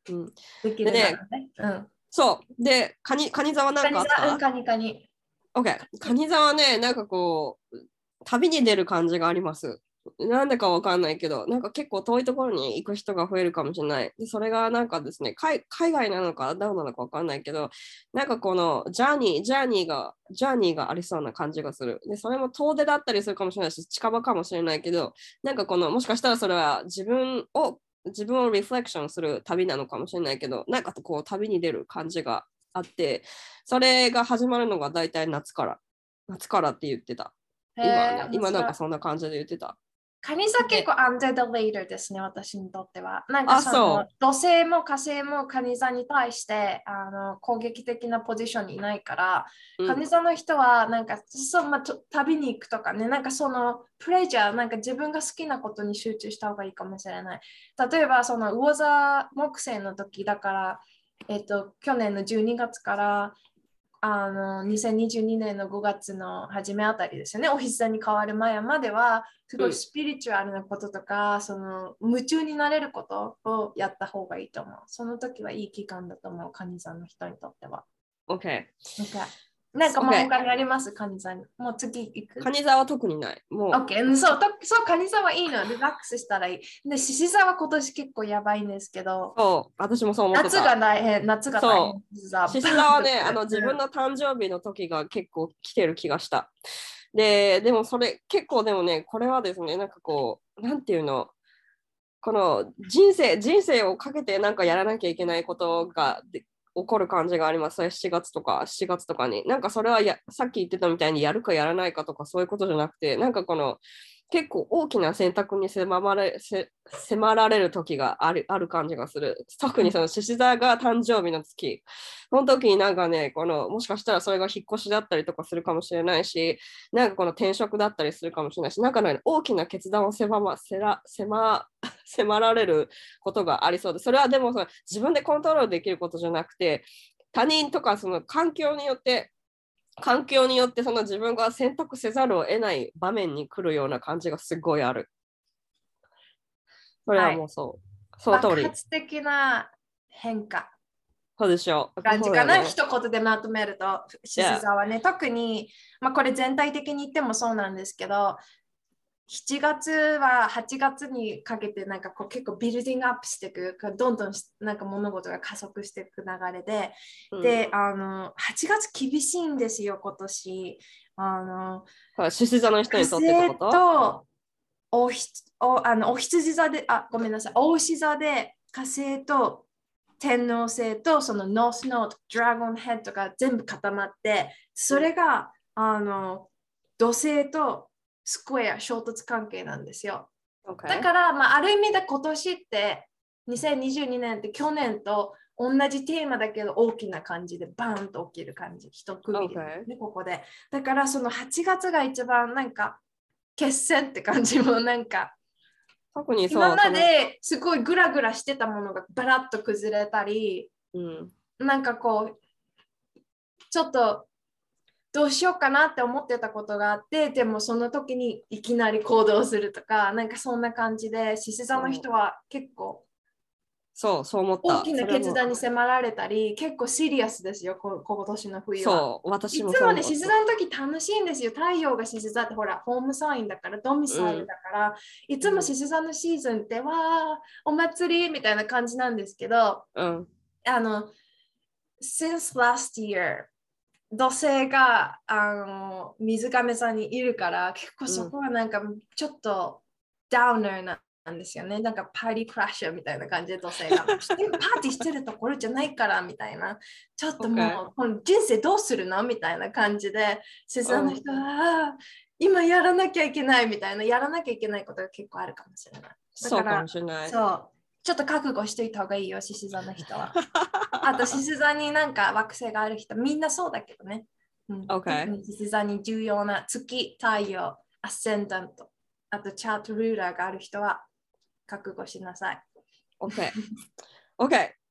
うん、 できるならね。うん、 そう。で、カニ、カニ座は何かあった？ うん、カニカニ。 OK。カニ座はね、なんかこう、旅に出る感じがあります。なんでかわかんないけど、なんか結構遠いところに行く人が増えるかもしれない。でそれがなんかですね、海海外なのかどうなのかわかんないけど、なんかこのジャーニー、ジャーニーが、ジャーニーがありそうな感じがする。で、それも遠出だったりするかもしれないし、近場かもしれないけど、なんかこの、もしかしたらそれは自分を、自分をリフレクションする旅なのかもしれないけど、なんかこう旅に出る感じがあって、それが始まるのが大体夏から、夏からって言ってた。今はね、今なんかそんな感じで言ってた。 カニ座結構 under the radar ですね、私にとっては。なんかあ、 そのそう。 土星も火星もカニ座に対してあの攻撃的なポジションにいないから、 うんカニ座の人はなんかそ、まあ、旅に行くとかね、なんかそのプレジャー、なんか自分が好きなことに集中した方がいいかもしれない。例えばその魚座木星の時だから、えっと、去年のじゅうにがつからあのにせんにじゅうにねんのごがつの初めあたりですよね。お日座に変わる前までは、すごいスピリチュアルなこととか、うん、その夢中になれることをやった方がいいと思う。その時はいい期間だと思う、カニ座の人にとっては。 OK。 Okay. なんかもう他にあります、カニ座に。もう次行く。 カニ座は特にない。もう。 OK。そう、そう、カニ座はいいの。リラックスしたらいい。で、獅子座は今年結構やばいんですけど。 そう、私もそう思ってた。 夏が大変、夏が大変。 獅子座はね、あの自分の誕生日の時が結構来てる気がした。で、でもそれ結構でもね、これはですね、なんかこう、なんていうの、この人生、人生をかけてなんかやらなきゃいけないことが起こる感じがあります。しちがつとかしちがつとかに。なんかそれはやさっき言ってたみたいにやるかやらないかとかそういうことじゃなくて、なんかこの結構大きな選択に迫られ迫られる時がある、ある感じがする。特にその獅子座が誕生日の月。その時になんかね、このもしかしたらそれが引っ越しだったりとかするかもしれないし、なんかこの転職だったりするかもしれないし、なんかね、大きな決断を迫ませら迫迫られることがありそうで、それはでもその自分でコントロールできることじゃなくて、他人とかその環境によって環境によってその自分が選択せざるを得ない場面に来るような感じがすごいある。それはもうそう。はい、その通り。 爆発的な変化。 そうでしょう。 感じかな、ね、一言でまとめると、獅子座はね、 yeah. 特に、まあ、これ全体的に言ってもそうなんですけど、しちがつははちがつにかけてなんかこう結構ビルディングアップしていく、どんどんなんか物事が加速していく流れで、うん、で、あの、はちがつ厳しいんですよ、今年。あの、 獅子座の人にとってってこと？ 火星とおひおあのお羊座で、あ、ごめんなさい、お牛座で火星と天王星とそのノースノート、ドラゴンヘッドが全部固まって、それが、あの土星とスクエア、衝突関係なんですよ。 Okay. だから、まあ、ある意味で今年ってにせんにじゅうにねんって去年と同じテーマだけど大きな感じでバーンと起きる感じ、一区切り、ね okay. ここで。だからそのはちがつが一番なんか決戦って感じもなんか特にそう今まですごいグラグラしてたものがバラッと崩れたり、うん、なんかこうちょっとどうしようかなって思ってたことがあって、でもその時にいきなり行動するとか、なんかそんな感じで獅子座の人は結構そうそう思った。 大きな決断に迫られたり、結構シリアスですよ、こ今年の冬は。 そう、私もいつもね、獅子座の時楽しいんですよ。太陽が獅子座ってほら、ホームサインだから、ドミサイルだから、うん、いつも獅子座のシーズンって、うん、わー、お祭りみたいな感じなんですけど、うん、あの、since last year、土星があの水亀座にいるから、結構そこはなんかちょっとダウナーな。なんですよね。なんかパーティークラッシャーみたいな感じで土星が。パーティーしてるところじゃないからみたいな。ちょっともう、okay. この人生どうするのみたいな感じで、獅子座の人は、今やらなきゃいけないみたいな、やらなきゃいけないことが結構あるかもしれない。だからそうかもしれない。 そう。ちょっと覚悟しといた方がいいよ、獅子座の人は。あと獅子座になんか惑星がある人、みんなそうだけどね。うん、 okay. 獅子座に重要な月、太陽、アセンダント、あとチャートルーラーがある人は、覚悟しなさい。 OK。OK。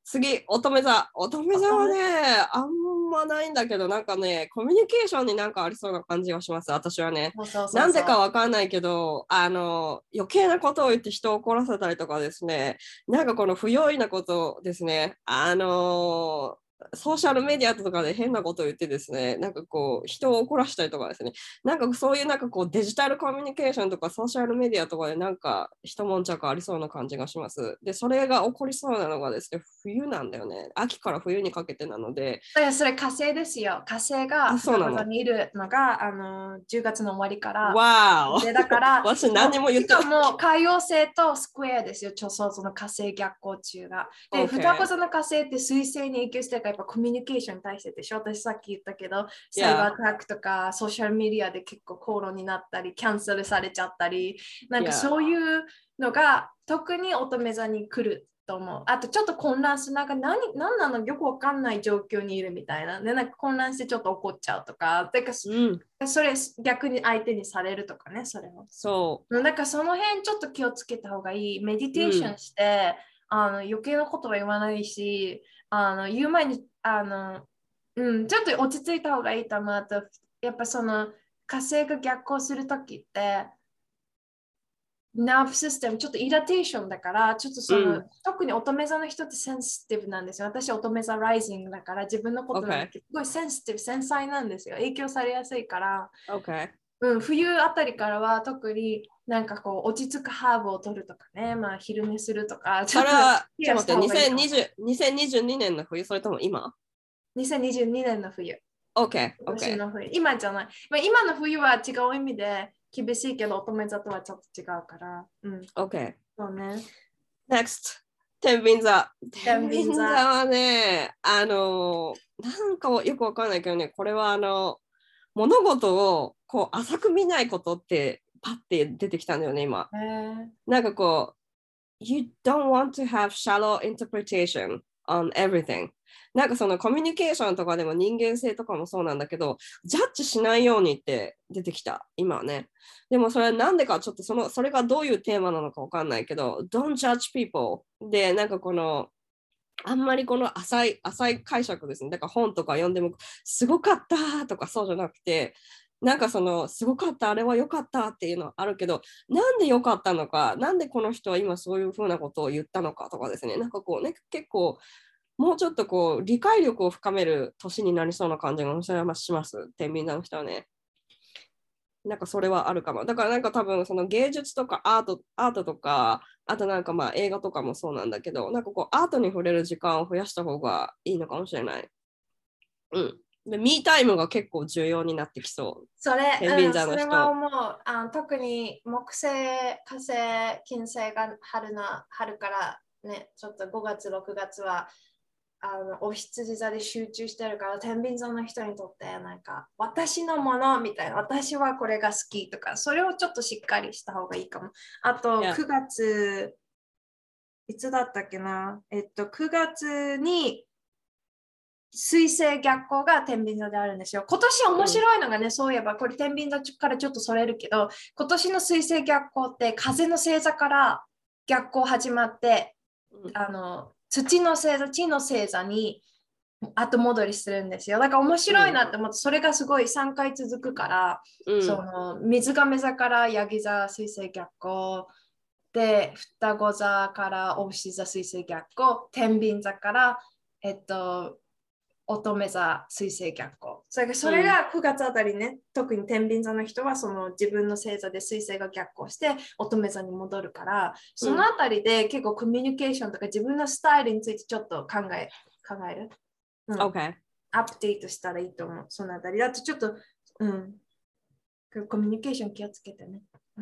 次、乙女座。乙女座はね、あんまないんだけど、なんかね、コミュニケーションになんかありそうな感じがします、私はね。 そうそうそうそうなんでかわかんないけど、あの、余計なことを言って人を怒らせたりとかですね、なんかこの不用意なことですね、あの、ソーシャルメディアとかで変なことを言ってですね、なんかこう、人を怒らせたりとかですね、なんかそういうなんかこう、デジタルコミュニケーションとかソーシャルメディアとかでなんか一悶着ありそうな感じがします。で、それが起こりそうなのがですね、冬なんだよね。秋から冬にかけてなので。 いやそれ火星ですよ。火星があそうなの双子座にいるのがあのじゅうがつの終わりから。 わーおだから私何も言ってない。 しかも海洋星とスクエアですよ。ちょその火星逆行中が。で、 Okay. 双子座の火星って水星に影響してるからやっぱコミュニケーションに対してでしょ。私さっき言ったけど、サイバーアタックとかソーシャルメディアで結構口論になったり、キャンセルされちゃったり、なんかそういうのが特に乙女座に来ると思う。あとちょっと混乱する。なんか何、何なのよくわかんない状況にいるみたいな。で、なんか混乱してちょっと怒っちゃうとか。てか、うん、それ逆に相手にされるとかね、それを。 そう。 なんかその辺ちょっと気をつけた方がいい。メディテーションして、うん、あの余計なことは言わないし、あの言う前に、あの、うん、ちょっと落ち着いた方がいいと思う。あと、やっぱその火星が逆行するときって、ナーブシステムちょっとイラテーションだから、ちょっとその、うん、特に乙女座の人ってセンシティブなんですよ。私乙女座ライジングだから自分のことなんてすごいセンシティブ、繊細なんですよ。影響されやすいから、 okay. うん、冬あたりからは特になんかこう落ち着くハーブを取るとかね、まあ昼寝するとか。 それは、ちょっと待って、にせんにじゅうにねんの冬、それとも今 ? にせんにじゅうにねんの冬。 OK、OK。 の冬今じゃない。まあ、今の冬は違う意味で厳しいけど、乙女座とはちょっと違うから。うん。 OK。 そうね。 Next。天秤座。 天秤座はね、あの、なんかよくわかんないけどね、これはあの、物事をこう浅く見ないことってパッて出てきたんだよね、今。なんかこう、You don't want to have shallow interpretation on everything. なんかそのコミュニケーションとかでも人間性とかもそうなんだけど、ジャッジしないようにって出てきた、今はね。でもそれはなんでかちょっとその、それがどういうテーマなのかわかんないけど、Don't judge people. で、なんかこの、あんまりこの浅い、浅い解釈ですね。だから本とか読んでも、すごかったとかそうじゃなくて、なんかその、すごかった、あれは良かったっていうのはあるけど、なんで良かったのか、なんでこの人は今そういうふうなことを言ったのかとかですね、なんかこうね、結構、もうちょっとこう、理解力を深める年になりそうな感じがします、天秤座の人はね。なんかそれはあるかも。だからなんか多分その芸術とかアート、アートとか、あとなんかまあ映画とかもそうなんだけど、なんかこうアートに触れる時間を増やした方がいいのかもしれない。うん。で、ミータイムが結構重要になってきそう。 それ、 天秤座の人。 うん、それは思う。あ特に木星、火星、金星が春な春からね、ちょっとごがつ、ろくがつはあのお羊座で集中してるから、天秤座の人にとってなんか私のものみたいな、私はこれが好きとか、それをちょっとしっかりした方がいいかも。あとくがつ、いつだったっけな、えっとくがつに水星逆行が天秤座であるんですよ。今年面白いのがね、うん、そういえばこれ天秤座からちょっとそれるけど、今年の水星逆行って風の星座から逆行始まって、うん、あの土の星座、地の星座に後戻りするんですよ。だから面白いなって思って、それがすごいさんかい続くから、うん、その水亀座からヤギ座、水星逆行で、双子座から牡牛座、水星逆行、天秤座から、えっと、乙女座、水星逆行。それが、それがくがつあたりね、うん、特に天秤座の人はその自分の星座で水星が逆行して乙女座に戻るから、そのあたりで結構コミュニケーションとか自分のスタイルについてちょっと考え、考える。うん、 okay. アップデートしたらいいと思う。そのあたり。あとちょっと、うん、コミュニケーション気をつけてね。 うん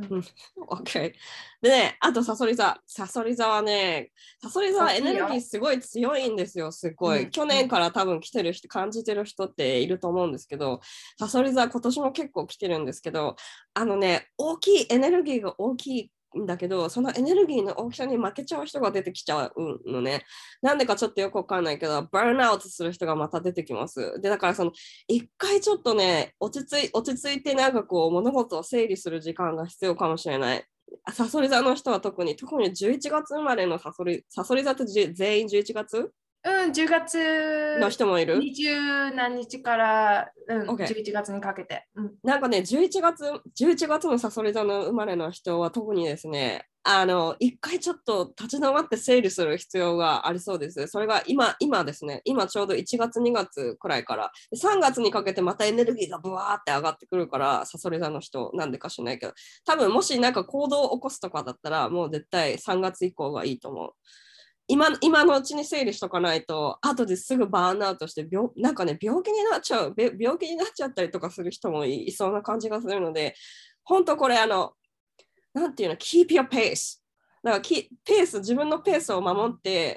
、OK。でね、あとサソリ座。サソリ座はね、サソリ座はエネルギーすごい強いんですよ、すごい。うん、去年から多分来てる人、感じてる人っていると思うんですけど、サソリ座今年も結構来てるんですけど、あのね、大きい、エネルギーが大きいんだけど、そのエネルギーの大きさに負けちゃう人が出てきちゃうのね。なんでかちょっとよくわかんないけど、バーンアウトする人がまた出てきます。で、だからその、一回ちょっとね、落ち着い、落ち着いてなんかこう、物事を整理する時間が必要かもしれない。サソリ座の人は特に、特にじゅういちがつ生まれのサソリ、サソリ座って全員じゅういちがつうん、じゅうがつの人もいるにじゅう何日から、うん、 ?OK。 じゅういちがつにかけて。うん、 なんかね、じゅういちがつ、じゅういちがつのさそり座の生まれの人は特にですね、あの、一回ちょっと立ち止まって整理する必要がありそうです。それが今、今ですね、今ちょうどいちがつ、にがつくらいから、さんがつにかけてまたエネルギーがブワーって上がってくるから、さそり座の人、なんでか知らないけど、多分もしなんか行動を起こすとかだったら、もう絶対さんがつ以降がいいと思う。今今のうちに整理しとかないと、後ですぐバーンアウトして病、なんかね、病気になっちゃう、病気になっちゃったりとかする人もい、いそうな感じがするので、本当これ、あの、なんていうの、keep your pace。だからき、ペース、自分のペースを守って、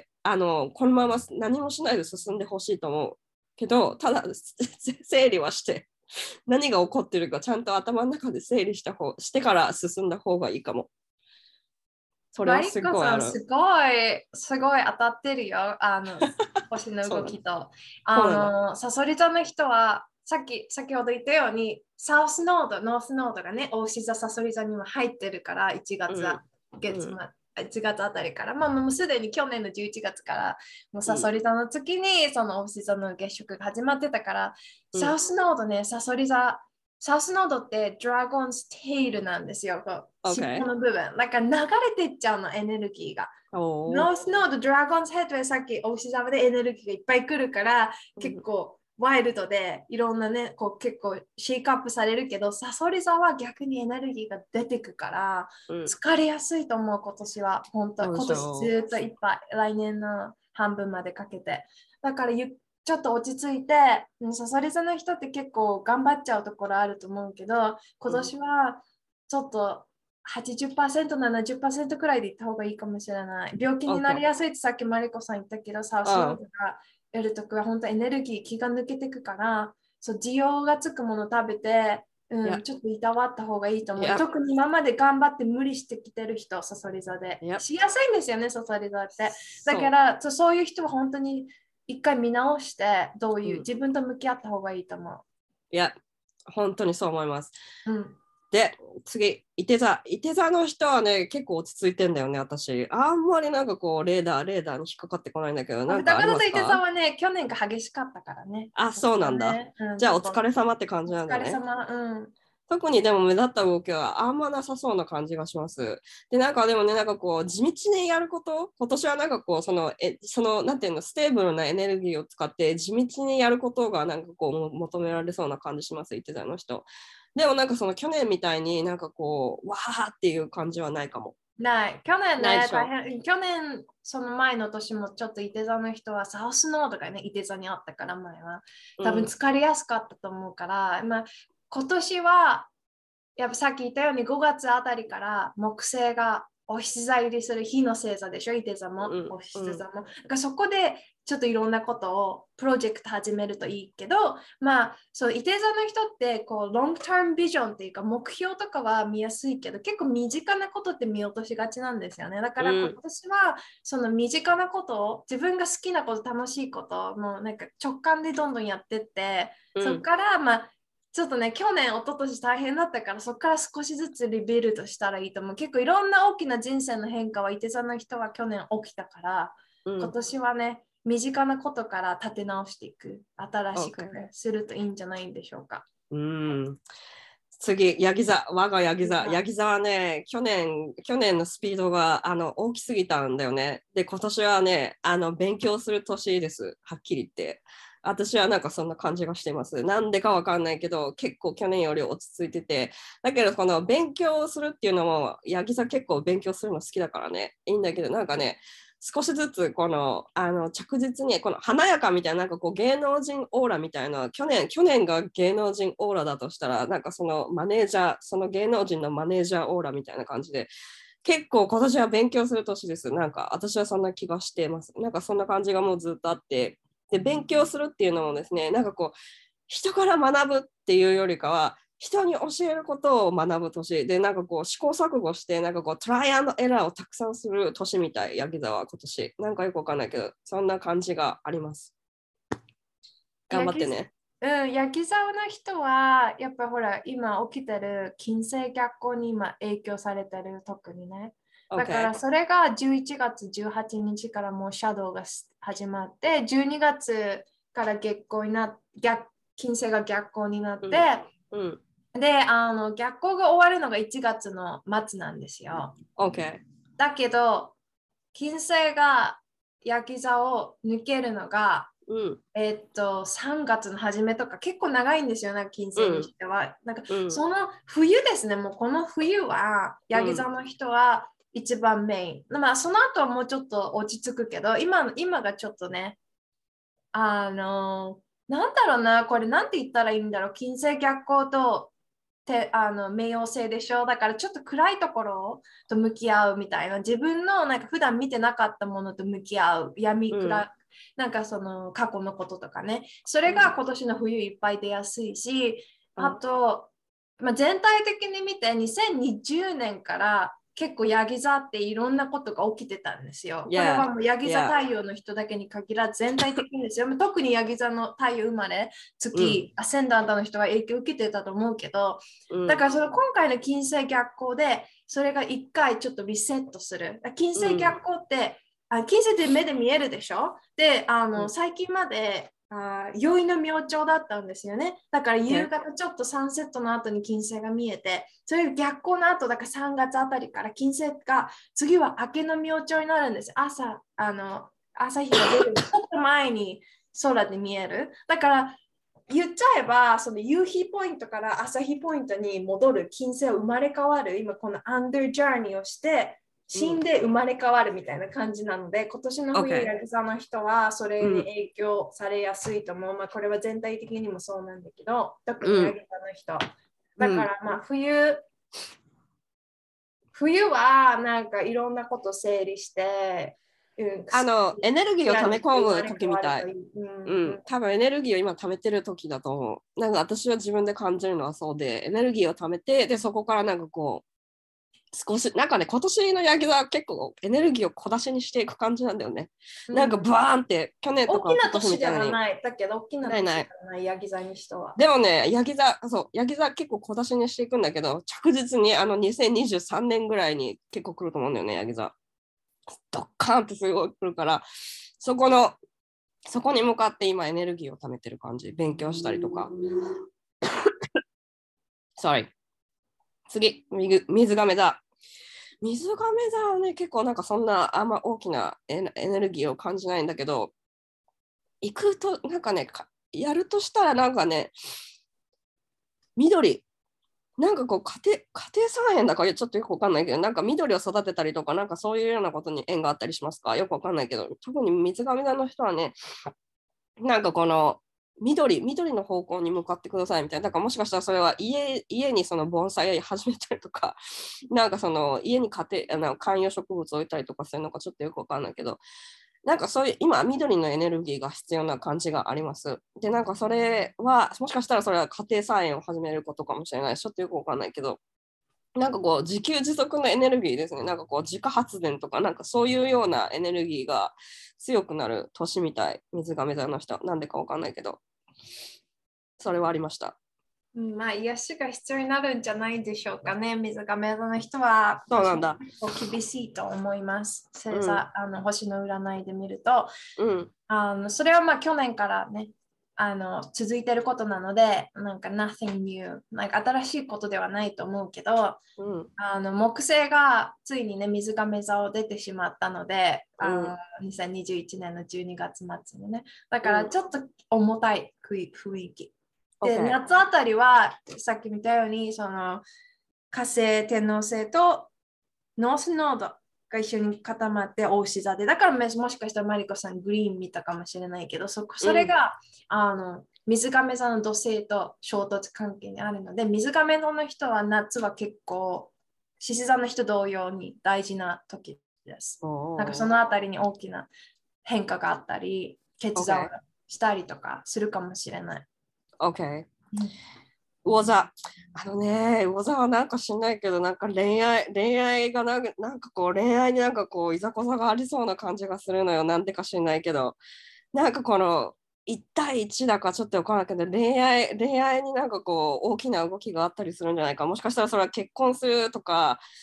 あの、このまま何もしないで進んでほしいと思うけど、ただ、整理はして、何が起こってるか、ちゃんと頭の中で整理した方してから進んだ方がいいかも。それマリはすコさん、 ごいある。 すごい、すごい当たってるよ。あの、星の動きと。あそうなんだ。 の、サソリ座の人は、さっき、先ほど言ったように、サウスノード、ノースノードがね、大牛座、サソリ座にも入ってるから、いちがつ、 うん月うん末、いちがつあたりから、まあ、もうすでに去年のじゅういちがつから、もうサソリ座の月に、その大牛座の月食が始まってたから、 うんサウスノードね、サソリ座、サウスノードってドラゴンズテイルなんですよ。こう OK。 尻尾の部分。なんか流れてっちゃうの、エネルギーが。 おーノースノード、ドラゴンズヘッドはさっきお牛座でエネルギーがいっぱい来るから、結構ワイルドでいろんなね、こう結構シェイクアップされるけど、サソリ座は逆にエネルギーが出てくから、 うん、 疲れやすいと思う、今年は。本当、今年ずっといっぱい、来年の半分までかけて。だからゆちょっと落ち着いて、サソリ座の人って結構頑張っちゃうところあると思うけど、今年はちょっとはちじゅっパーセント、ななじゅっパーセントくらいでいった方がいいかもしれない。病気になりやすいってさっきマリコさん言ったけど、サウスノードがやるときは本当エネルギー、気が抜けてくから、そう需要がつくもの食べて、うん、ちょっといたわった方がいいと思う。特に今まで頑張って無理してきてる人、サソリ座で。しやすいんですよね、サソリ座って。だからそ、そういう人は本当に一回見直して、どういう、うん、自分と向き合った方がいいと思う。 いや、本当にそう思います。 うん、 で、次、いて座。いて座の人はね、結構落ち着いてんだよね、私。あんまりなんかこう、レーダー、レーダーに引っかかってこないんだけど、なんかありますか？ 双子座といて座はね、去年が激しかったからね。 あ、そうなんだ。ね、うん、じゃあ、お疲れ様って感じなんだね。 お疲れ様。うん。 特にでも目立った動きはあんまなさそうな感じがします。で、なんかでもね、なんかこう、地道にやること、今年はなんかこう、その、えその、なんていうの、ステーブルなエネルギーを使って地道にやることがなんかこう、求められそうな感じします、言ってたの人。でもなんかその去年みたいになんかこう、わーっていう感じはないかも。 ない。去年ね、大変。去年、その前の年もちょっといて座の人はサウスノードがね、いて座にあったから前は。多分疲れやすかったと思うから、うん、まあ、今年は、やっぱさっき言ったようにごがつあたりから木星がお羊座入りする日の星座でしょ、いて座も、お羊座も。だからそこでちょっといろんなことをプロジェクト始めるといいけど、まあ、そう、いて座の人ってこう、ロングタームビジョンっていうか目標とかは見やすいけど、結構身近なことって見落としがちなんですよね。だから今年はその身近なことを、自分が好きなこと、楽しいことをもうなんか直感でどんどんやってって、うん、そこからまあ、ちょっとね、去年、一昨年大変だったから、そこから少しずつリビルドしたらいいと思う。結構いろんな大きな人生の変化はいて座の人は去年起きたから、うん、今年はね、身近なことから立て直していく、新しく、ね、するといいんじゃないんでしょうか。 うん、次、ヤギ座、我がヤギ座。ヤギ座はね、去年、去年のスピードがあの大きすぎたんだよね。で、今年はね、あの勉強する年です。はっきり言って。私はなんかそんな感じがしています。なんでかわかんないけど、結構去年より落ち着いてて、だけどこの勉強するっていうのも、ヤギ座結構勉強するの好きだからね、いいんだけど、なんかね、少しずつこのあの着実にこの華やかみたいな、なんかこう芸能人オーラみたいな、去年去年が芸能人オーラだとしたら、なんかそのマネージャー、その芸能人のマネージャーオーラみたいな感じで、結構今年は勉強する年です。なんか私はそんな気がしています。なんかそんな感じがもうずっとあって、で勉強するっていうのもですね、なんかこう人から学ぶっていうよりかは、人に教えることを学ぶ年で、なんかこう試行錯誤して、なんかこうトライアンドエラーをたくさんする年みたい、ヤギ座は今年。なんかよくわかんないけど、そんな感じがあります。頑張ってね。 うん、ヤギ座の人は、やっぱほら、今起きてる金星逆行に今影響されてる、特にね。 だからそれがじゅういちがつじゅうはちにちからもうシャドウが始まって、じゅうにがつから月光になって、逆金星が逆光になって、 うんうん、 であの逆光が終わるのがいちがつの末なんですよ。 Okay. だけど、金星がヤギ座を抜けるのが、 うん、 えっと、さんがつの初めとか結構長いんですよ、なんか金星にしては。うん、なんかその冬ですね、もうこの冬はヤギ座の人は一番メイン。うん、まあその後はもうちょっと落ち着くけど、今今がちょっとね、あの、なんだろうな、これなんて言ったらいいんだろう、金星逆光とてあの冥王星でしょ。だからちょっと暗いところと向き合うみたいな、自分のなんか普段見てなかったものと向き合う、闇暗、うん、なんかその過去のこととかね、それが今年の冬いっぱい出やすいし、うん、あと、まあ、全体的に見てにせんにじゅうねんから結構ヤギ座っていろんなことが起きてたんですよ。Yeah. これはもうヤギ座太陽の人だけに限らず全体的にですよ。特にヤギ座の太陽生まれ、月、うん、アセンダントの人が影響を受けてたと思うけど、うん、だからその今回の金星逆光でそれが一回ちょっとリセットする。金星逆光って、うん、あ金星って目で見えるでしょ。で、あの、うん、最近まであ宵の明朝だったんですよね。だから夕方ちょっとサンセットの後に金星が見えて、それ逆光の後だからさんがつあたりから金星が次は明けの明朝になるんです。朝、あの朝日が出るちょっと前に空で見える。だから言っちゃえばその夕日ポイントから朝日ポイントに戻る金星は生まれ変わる。今このアンダージャーニーをして死んで生まれ変わるみたいな感じなので、今年の冬、ヤギ座の人はそれに影響されやすいと思う。うん、まあ、これは全体的にもそうなんだけど、特にヤギ座の人。うん、だからまあ冬、冬はなんかいろんなこと整理して、 うん、あのエネルギーを溜め込む時みたい。うん、うん、多分エネルギーを今溜めてる時だと思う。なんか私は自分で感じるのはそうで、エネルギーを溜めて、でそこからなんかこう、少しなんかね、今年のヤギ座は結構エネルギーを小出しにしていく感じなんだよね。うん、なんかバーンって去年とか大きな年ではない。だけど大きな年ではないヤギ座にしては。 でもね、ヤギ座、そう、ヤギ座結構小出しにしていくんだけど、着実にあのにせんにじゅうさんねんぐらいに結構来ると思うんだよね、ヤギ座。ドッカーンってすごい来るから、そこの、そこに向かって今エネルギーを貯めてる感じ。勉強したりとか。Sorry。次、水亀座。水亀座はね、結構なんかそんなあんま大きなエネルギーを感じないんだけど、行くとなんかね、やるとしたらなんかね、緑。なんかこう家庭、家庭菜園だからちょっとよくわかんないけど、なんか緑を育てたりとか、なんかそういうようなことに縁があったりしますか？よくわかんないけど、特に水亀座の人はね、なんかこの緑、緑の方向に向かってくださいみたいな。だからもしかしたらそれは家、家にその盆栽始めたりとか、なんかその家に家庭、あの観葉植物を置いたりとかするのかちょっとよくわかんないけど、なんかそういう今緑のエネルギーが必要な感じがあります。で、なんかそれはもしかしたらそれは家庭菜園を始めることかもしれない。ちょっとよくわかんないけど、なんかこう自給自足のエネルギーですね。なんかこう自家発電とかなんかそういうようなエネルギーが強くなる年みたい。水亀座の人。なんでかわかんないけど。それはありました。 うん、まあ癒しが必要になるんじゃないでしょうかね。水亀座の人はそうなんだ。 厳しいと思います。星座、うん、あの星の占いで見ると、うん、あのそれはまあ去年からねあの続いてることなので、なんか nothing new、なんか新しいことではないと思うけど、うん、あの木星がついにね水亀座を出てしまったので、うん、あのにせんにじゅういちねんのじゅうにがつ末にね、だからちょっと重たい雰囲気。で、okay. 夏あたりはさっき見たようにその火星、天王星とノースノードが一緒に固まってお牛座で、だからもしかしたらマリコさんグリーン見たかもしれないけど、そ, それが、うん、あの水亀座の土星と衝突関係にあるので、水亀座の人は夏は結構獅子座の人同様に大事な時です。なんかそのあたりに大きな変化があったり決断をしたりとかするかもしれない。 OK。魚座。あのね、魚座はなんか知んないけど、なんか恋愛、恋愛がなんか、なんかこう、恋愛になんかこう、いざこざがありそうな感じがするのよ。なんでか知んないけど。なんかこの、いち対いちだかちょっとわからないけど、恋愛、恋愛になんかこう、大きな動きがあったりするんじゃないか。もしかしたらそれは結婚するとか、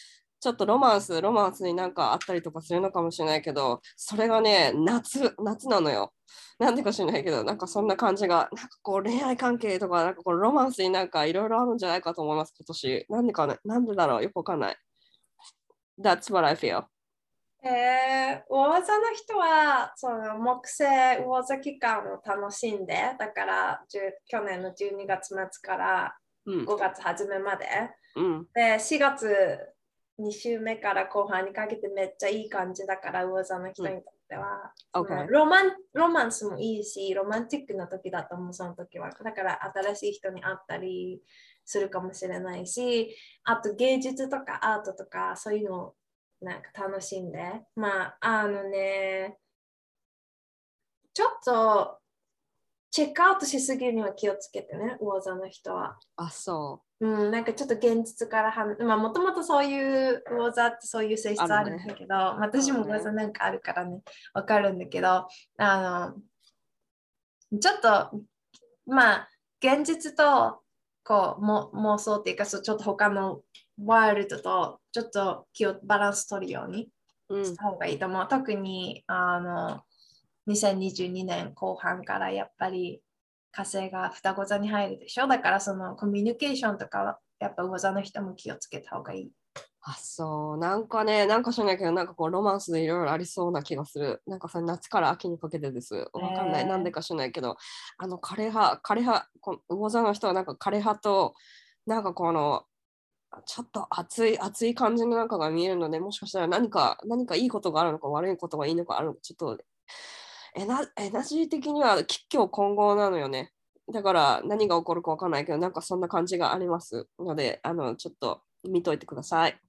ちょっとロマンス、ロマンスになんかあったりとかするのかもしれないけど、それがね、夏、夏なのよ。なんでか知らないけど、なんかそんな感じが、なんかこう恋愛関係とか、なんかこうロマンスになんかいろいろあるんじゃないかと思います、今年。なんでかね、なんでだろう、よくわかんない。That's what I feel. えー、魚座の人はその木星魚座期間を楽しんで、だからじゅ去年のじゅうにがつ末からうん。 ごがつ初めまで、 うん。 でしがつに週目から後半にかけてめっちゃいい感じだから、魚座の人にとっては、 うんその OK ロマンロマンスもいいし、ロマンティックな時だと思う、その時は。だから新しい人に会ったりするかもしれないし、あと芸術とかアートとかそういうのをなんか楽しんで。まあ、あのね、ちょっとチェックアウトしすぎるには気をつけてね、魚座の人は。 あ、そうん、なんかちょっと現実からはまあもともとそういう魚座ってそういう性質あるんだけど、私も魚座なんかあるからね、わかるんだけど、あの、ちょっと、まあ、現実とこうも妄想っていうか、そうちょっと他のワールドとちょっと気をバランス取るようにう。うん。 した方がいいと思う。特にあのにせんにじゅうにねんこう半からやっぱり火星が双子座に入るでしょ。だからそのコミュニケーションとかはやっぱ魚座の人も気をつけた方がいい。 あ、そう。なんかね、なんか知らないけど、なんかこうロマンスでいろいろありそうな気がする。なんかそれ夏から秋にかけてです。わかんない。 えーなんでか知らないけど、あの、枯葉、枯葉、この魚座の人はなんか枯葉と、なんかこの、ちょっと熱い、熱い感じの中が見えるので、もしかしたら何か、何かいいことがあるのか悪いことがいいのかあるのか、ちょっとエナ、エナジー的には吉凶混合なのよね。だから何が起こるかわかんないけど、なんかそんな感じがありますので、あの、ちょっと見といてください。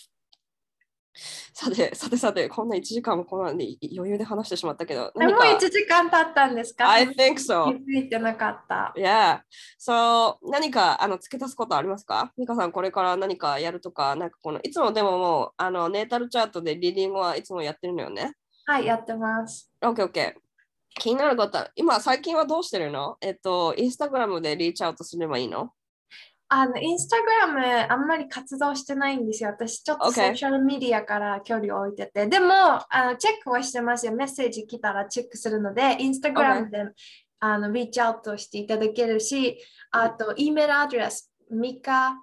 さて、さてさて、こんないちじかんもこんなに余裕で話してしまったけど、 もう何か。 いちじかん経ったんですか？ I think so. 気づいてなかった。 Yeah. So, 何かあの付け足すことありますか？ミカさん、これから何かやるとか、なんかこのいつもでももうあのネータルチャートでリーディングはいつもやってるのよね。 はい、やってます。 OK、OK。気になること、今最近はどうしてるの？えっと、インスタグラムでリーチアウトすればいいの？ あの、インスタグラムあんまり活動してないんですよ。私ちょっと OK ソーシャルメディアから距離を置いてて。でも、あのチェックはしてますよ。メッセージ来たらチェックするので、インスタグラムで、あのリーチアウトしていただけるし、あと、イメールアドレス、ミカ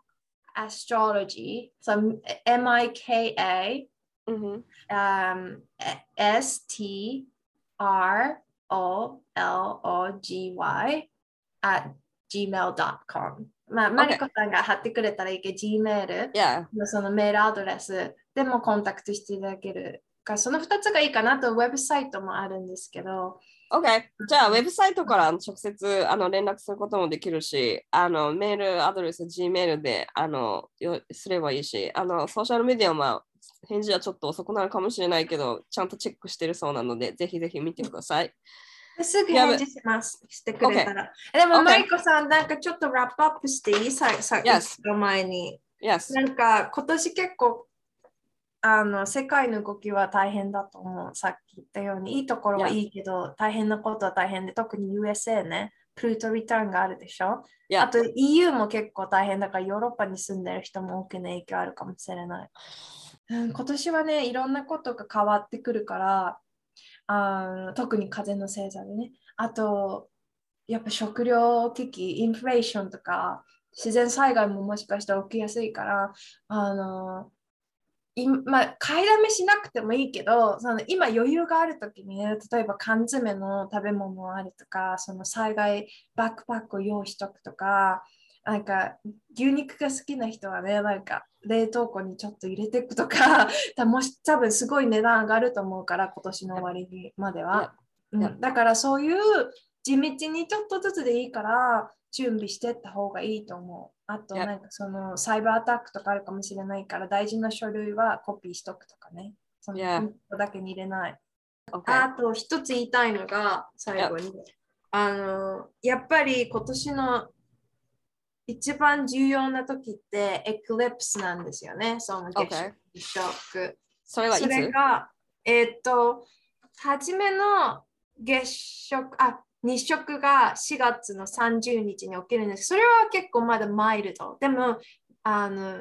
Astrology、so、エムアイケーエー、 うん、 um,エスティーアールオーエルオージーワイ at ジーメールドットコム。まあ、マリコさんが貼ってくれたらいいけど、Gmail のそのメールアドレスでもコンタクトしていただけるか、そのふたつがいいかなと、ウェブサイトもあるんですけど。 OK。じゃあ、ウェブサイトから直接あの連絡することもできるし、あのメールアドレス、Gmail であのよすればいいし、あのソーシャルメディアは返事はちょっと遅くなるかもしれないけど、ちゃんとチェックしてるそうなので、ぜひぜひ見てください。 すぐ返事します。してくれたら。でも、 Okay. マリコさん、なんかちょっとラップアップしていい？ささっき Yes. の前に。 Yes. なんか今年結構あの世界の動きは大変だと思う。さっき言ったように、いいところはいいけど、大変なことは大変で、特に ユーエスエー ね、プルートリターンがあるでしょ。 Yeah. あと イーユー も結構大変だから、ヨーロッパに住んでる人も大きな影響あるかもしれない。うん、今年はね、いろんなことが変わってくるから、あ特に風の星座でね。あと、やっぱ食料危機、インフレーションとか、自然災害ももしかしたら起きやすいから、あの、いまあ、買いだめしなくてもいいけど、その今余裕があるときにね、例えば缶詰の食べ物あるとか、その災害バックパックを用意しとくとか、なんか牛肉が好きな人はね、なんか冷凍庫にちょっと入れていくとか、もし多分すごい値段上がると思うから、今年の終わりまでは。 Yeah. Yeah. うん、だからそういう地道にちょっとずつでいいから準備していった方がいいと思う。あと Yeah. なんかそのサイバーアタックとかあるかもしれないから大事な書類はコピーしとくとかね。その Yeah. だけに入れない。 Okay. あと一つ言いたいのが最後に、 Yeah. あのやっぱり今年の一番重要な時ってエクリプスなんですよね。その月食。月食それはいつ？ それが、えー、っと、初めの月食、あ、日食がしがつのさんじゅうにちに起きるんです。それは結構まだマイルド。でも、あの、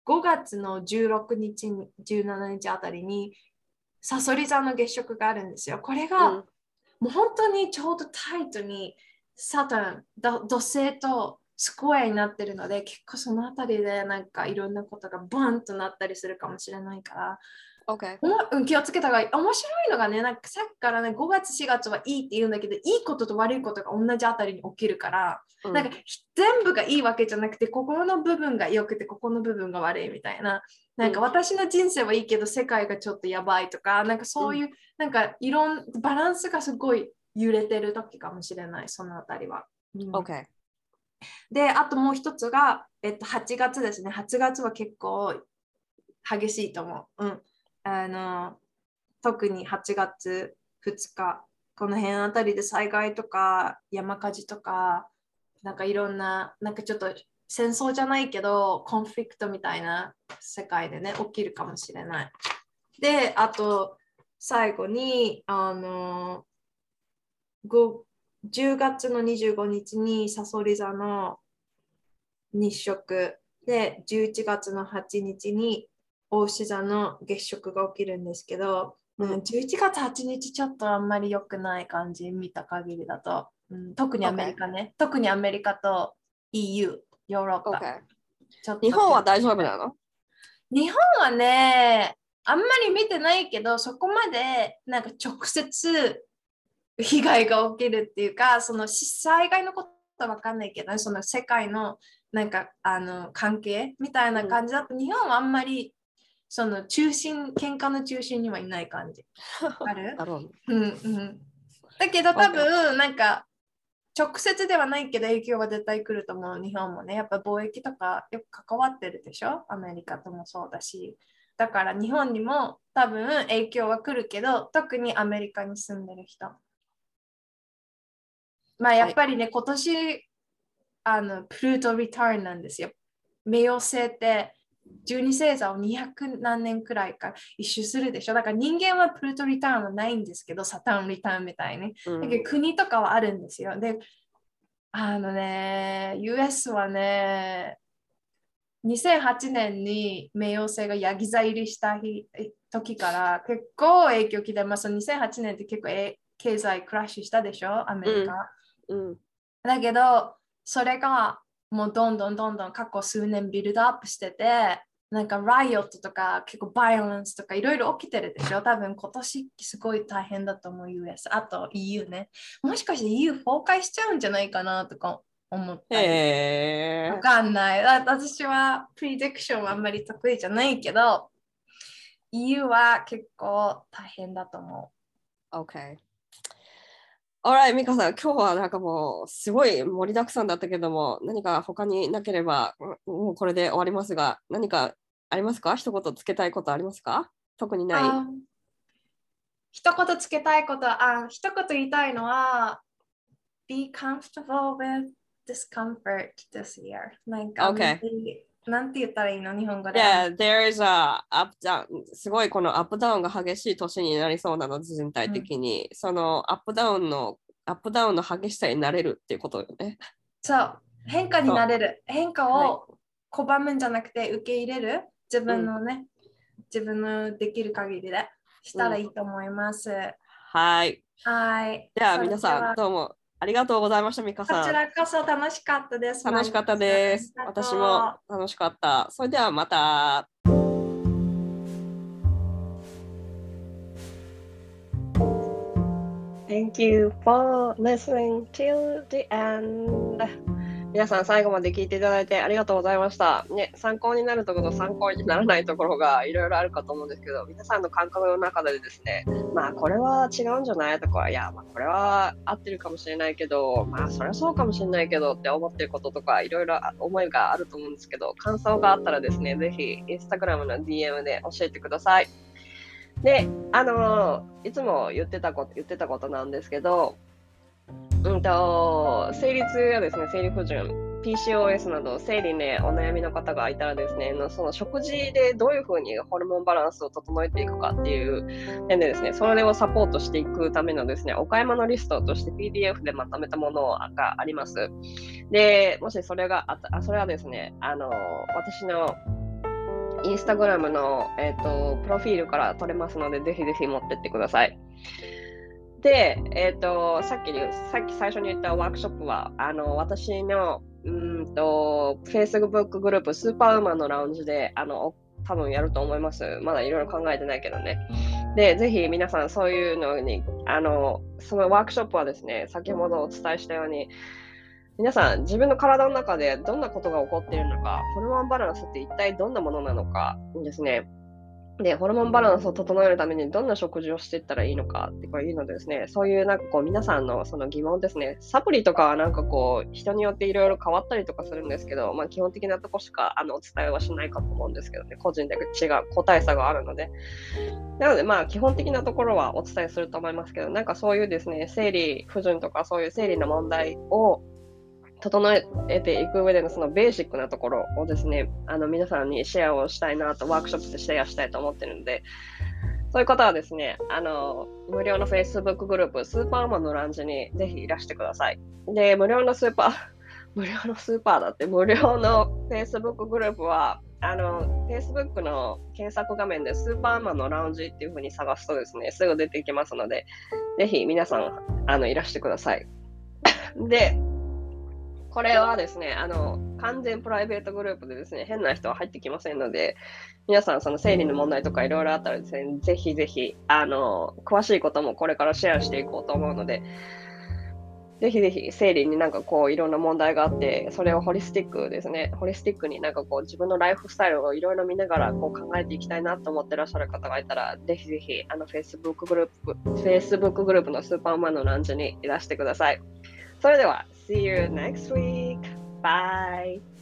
ごがつのじゅうろくにち、じゅうしちにちあたりにさそり座の月食があるんですよ。これが、うん、もう本当にちょうどタイトにサタン、土星とスクエアになってるので、結構そのあたりでなんかいろんなことがバンとなったりするかもしれないから、 Okay. うん、気をつけた方がいい。面白いのがね、なんかさっきからね、ごがつ、しがつはいいって言うんだけど、いいことと悪いことが同じあたりに起きるから、うん、なんか全部がいいわけじゃなくて、ここの部分が良くて、ここの部分が悪いみたいな。なんか私の人生はいいけど、世界がちょっとやばいとか、なんかそういう、うん、なんかいろん、バランスがすごい揺れてる時かもしれない、そのあたりは。うん、 OK。 で、あともう一つが、えっと、はちがつですね。はちがつは結構激しいと思う。うん。あの特にはちがつふつか、この辺あたりで災害とか山火事とか、なんかいろんな、なんかちょっと戦争じゃないけど、コンフリクトみたいな世界でね、起きるかもしれない。で、あと、最後に、あの、じゅうがつのにじゅうごにちにさそり座の日食で、じゅういちがつのはちにちに牡牛座の月食が起きるんですけど、うん、じゅういちがつはちにちちょっとあんまり良くない感じ見た限りだと、うん、特にアメリカね、okay. 特にアメリカと イーユー、ヨーロッパ、 okay. ちょっと日本は大丈夫なの？ 日本はね、あんまり見てないけど、そこまでなんか直接被害が起きるっていうか、その災害のことは分かんないけど、その世界のなんかあの関係みたいな感じだと、うん、日本はあんまりその中心、喧嘩の中心にはいない感じ。あるうんうん、だけど多分なんか直接ではないけど影響は絶対来ると思う。日本もね、やっぱ貿易とかよく関わってるでしょ。アメリカともそうだし。だから日本にも多分影響は来るけど、特にアメリカに住んでる人。まあやっぱりね、はい、今年あのプルートリターンなんですよ。冥王星ってじゅうに星座をにひゃくなんねんくらいから一周するでしょ。だから人間はプルートリターンはないんですけど、サタンリターンみたいに。だけど国とかはあるんですよ。で、あのね、ユーエス はね、にせんはちねんに冥王星がヤギ座入りした日時から結構影響を受けてます。にせんはちねんって結構経済クラッシュしたでしょ、アメリカ。うんうん、だけど、それがもうどんどんどんどん過去数年ビルドアップしてて、なんかライオットとか結構バイオレンスとかいろいろ起きてるでしょ。多分今年すごい大変だと思う ユーエス。あと イーユー ね。もしかして イーユー 崩壊しちゃうんじゃないかなとか思ったり。 へー。 わかんない。私はプレディクションはあんまり得意じゃないけど、イーユー は結構大変だと思う。OK。Alright、ミカさん、今日はなんかもうすごい盛りだくさんだったけども、何か他になければ、もうこれで終わりますが、何かありますか？一言つけたいことありますか？特にない。 um, 一言つけたいこと、あ、一言言いたいのは、be comfortable with discomfort this year. なんか、 okay. なんて言ったらいいの？日本語で。 Yeah, there is a up down. すごいこのアップダウンが激しい年になりそうなの、全体的に。うん、そのアップダウンの、アップダウンの激しさになれるっていうことよね。 そう、変化になれる。変化を拒むんじゃなくて受け入れる。自分のね、うん、自分のできる限りでしたらいいと思います。うん、 はい。 はい。 では皆さん、どうもありがとうございました、ミカさん。 こちらこそ楽しかったです。 楽しかったです。私も楽しかった。それではまた。 Thank you for listening till the end. 皆さん最後まで聞いていただいてありがとうございました。ね、参考になるところと参考にならないところがいろいろあるかと思うんですけど、皆さんの感覚の中でですね、まあこれは違うんじゃないとか、いや、まあこれは合ってるかもしれないけど、まあそれはそうかもしれないけどって思ってることとかいろいろ思いがあると思うんですけど、感想があったらですね、ぜひインスタグラムの ディーエム で教えてください。で、あのー、いつも言ってたこと、言ってたことなんですけど、うんと、生理痛やですね、生理不順、ピーシーオーエス など生理ね、お悩みの方がいたらですね、その食事でどういうふうにホルモンバランスを整えていくかっていう点でですね、それをサポートしていくためのですね、お買い物リストとして ピーディーエフ でまとめたものがあります。で、もしそれがあった、それはですね、あの、私のインスタグラムの、えーと、プロフィールから取れますので、ぜひぜひ持ってってください。で、えっと、さっきに、さっき最初に言ったワークショップは、あの、私の、うんと、Facebook グループ、スーパーウーマンのラウンジで、あの、多分やると思います。まだいろいろ考えてないけどね。で、ぜひ皆さんそういうのに、あの、そのワークショップはですね、先ほどお伝えしたように、皆さん自分の体の中でどんなことが起こっているのか、ホルモンバランスって一体どんなものなのかですね。で、ホルモンバランスを整えるためにどんな食事をしていったらいいのかっていうのでですね、そういうなんかこう皆さんのその疑問ですね、サプリとかはなんかこう人によっていろいろ変わったりとかするんですけど、まあ基本的なとこしかあのお伝えはしないかと思うんですけどね、個人で違う個体差があるので。なのでまあ基本的なところはお伝えすると思いますけど、なんかそういうですね、生理不順とかそういう生理の問題を整えていく上でのそのベーシックなところをですね、あの皆さんにシェアをしたいなと、ワークショップでシェアしたいと思ってるので、そういう方はですね、あの無料の Facebook グループ、スーパーマンのランジにぜひいらしてください。で、無料のスーパー、無料のスーパーだって、無料の Facebook グループは、あの Facebook の検索画面でスーパーマンのラウンジっていう風に探すとですね、すぐ出てきますので、ぜひ皆さんあのいらしてください。で、これはですね、あの、完全プライベートグループでですね、変な人は入ってきませんので、皆さん、その生理の問題とかいろいろあったらですね、ぜひぜひ、あの、詳しいこともこれからシェアしていこうと思うので、ぜひぜひ生理になんかこういろんな問題があって、それをホリスティックですね、ホリスティックになんかこう自分のライフスタイルをいろいろ見ながらこう考えていきたいなと思ってらっしゃる方がいたら、ぜひぜひあの Facebook グループ、Facebook グループのスーパーマンのランジにいらしてください。それでは、See you next week! Bye!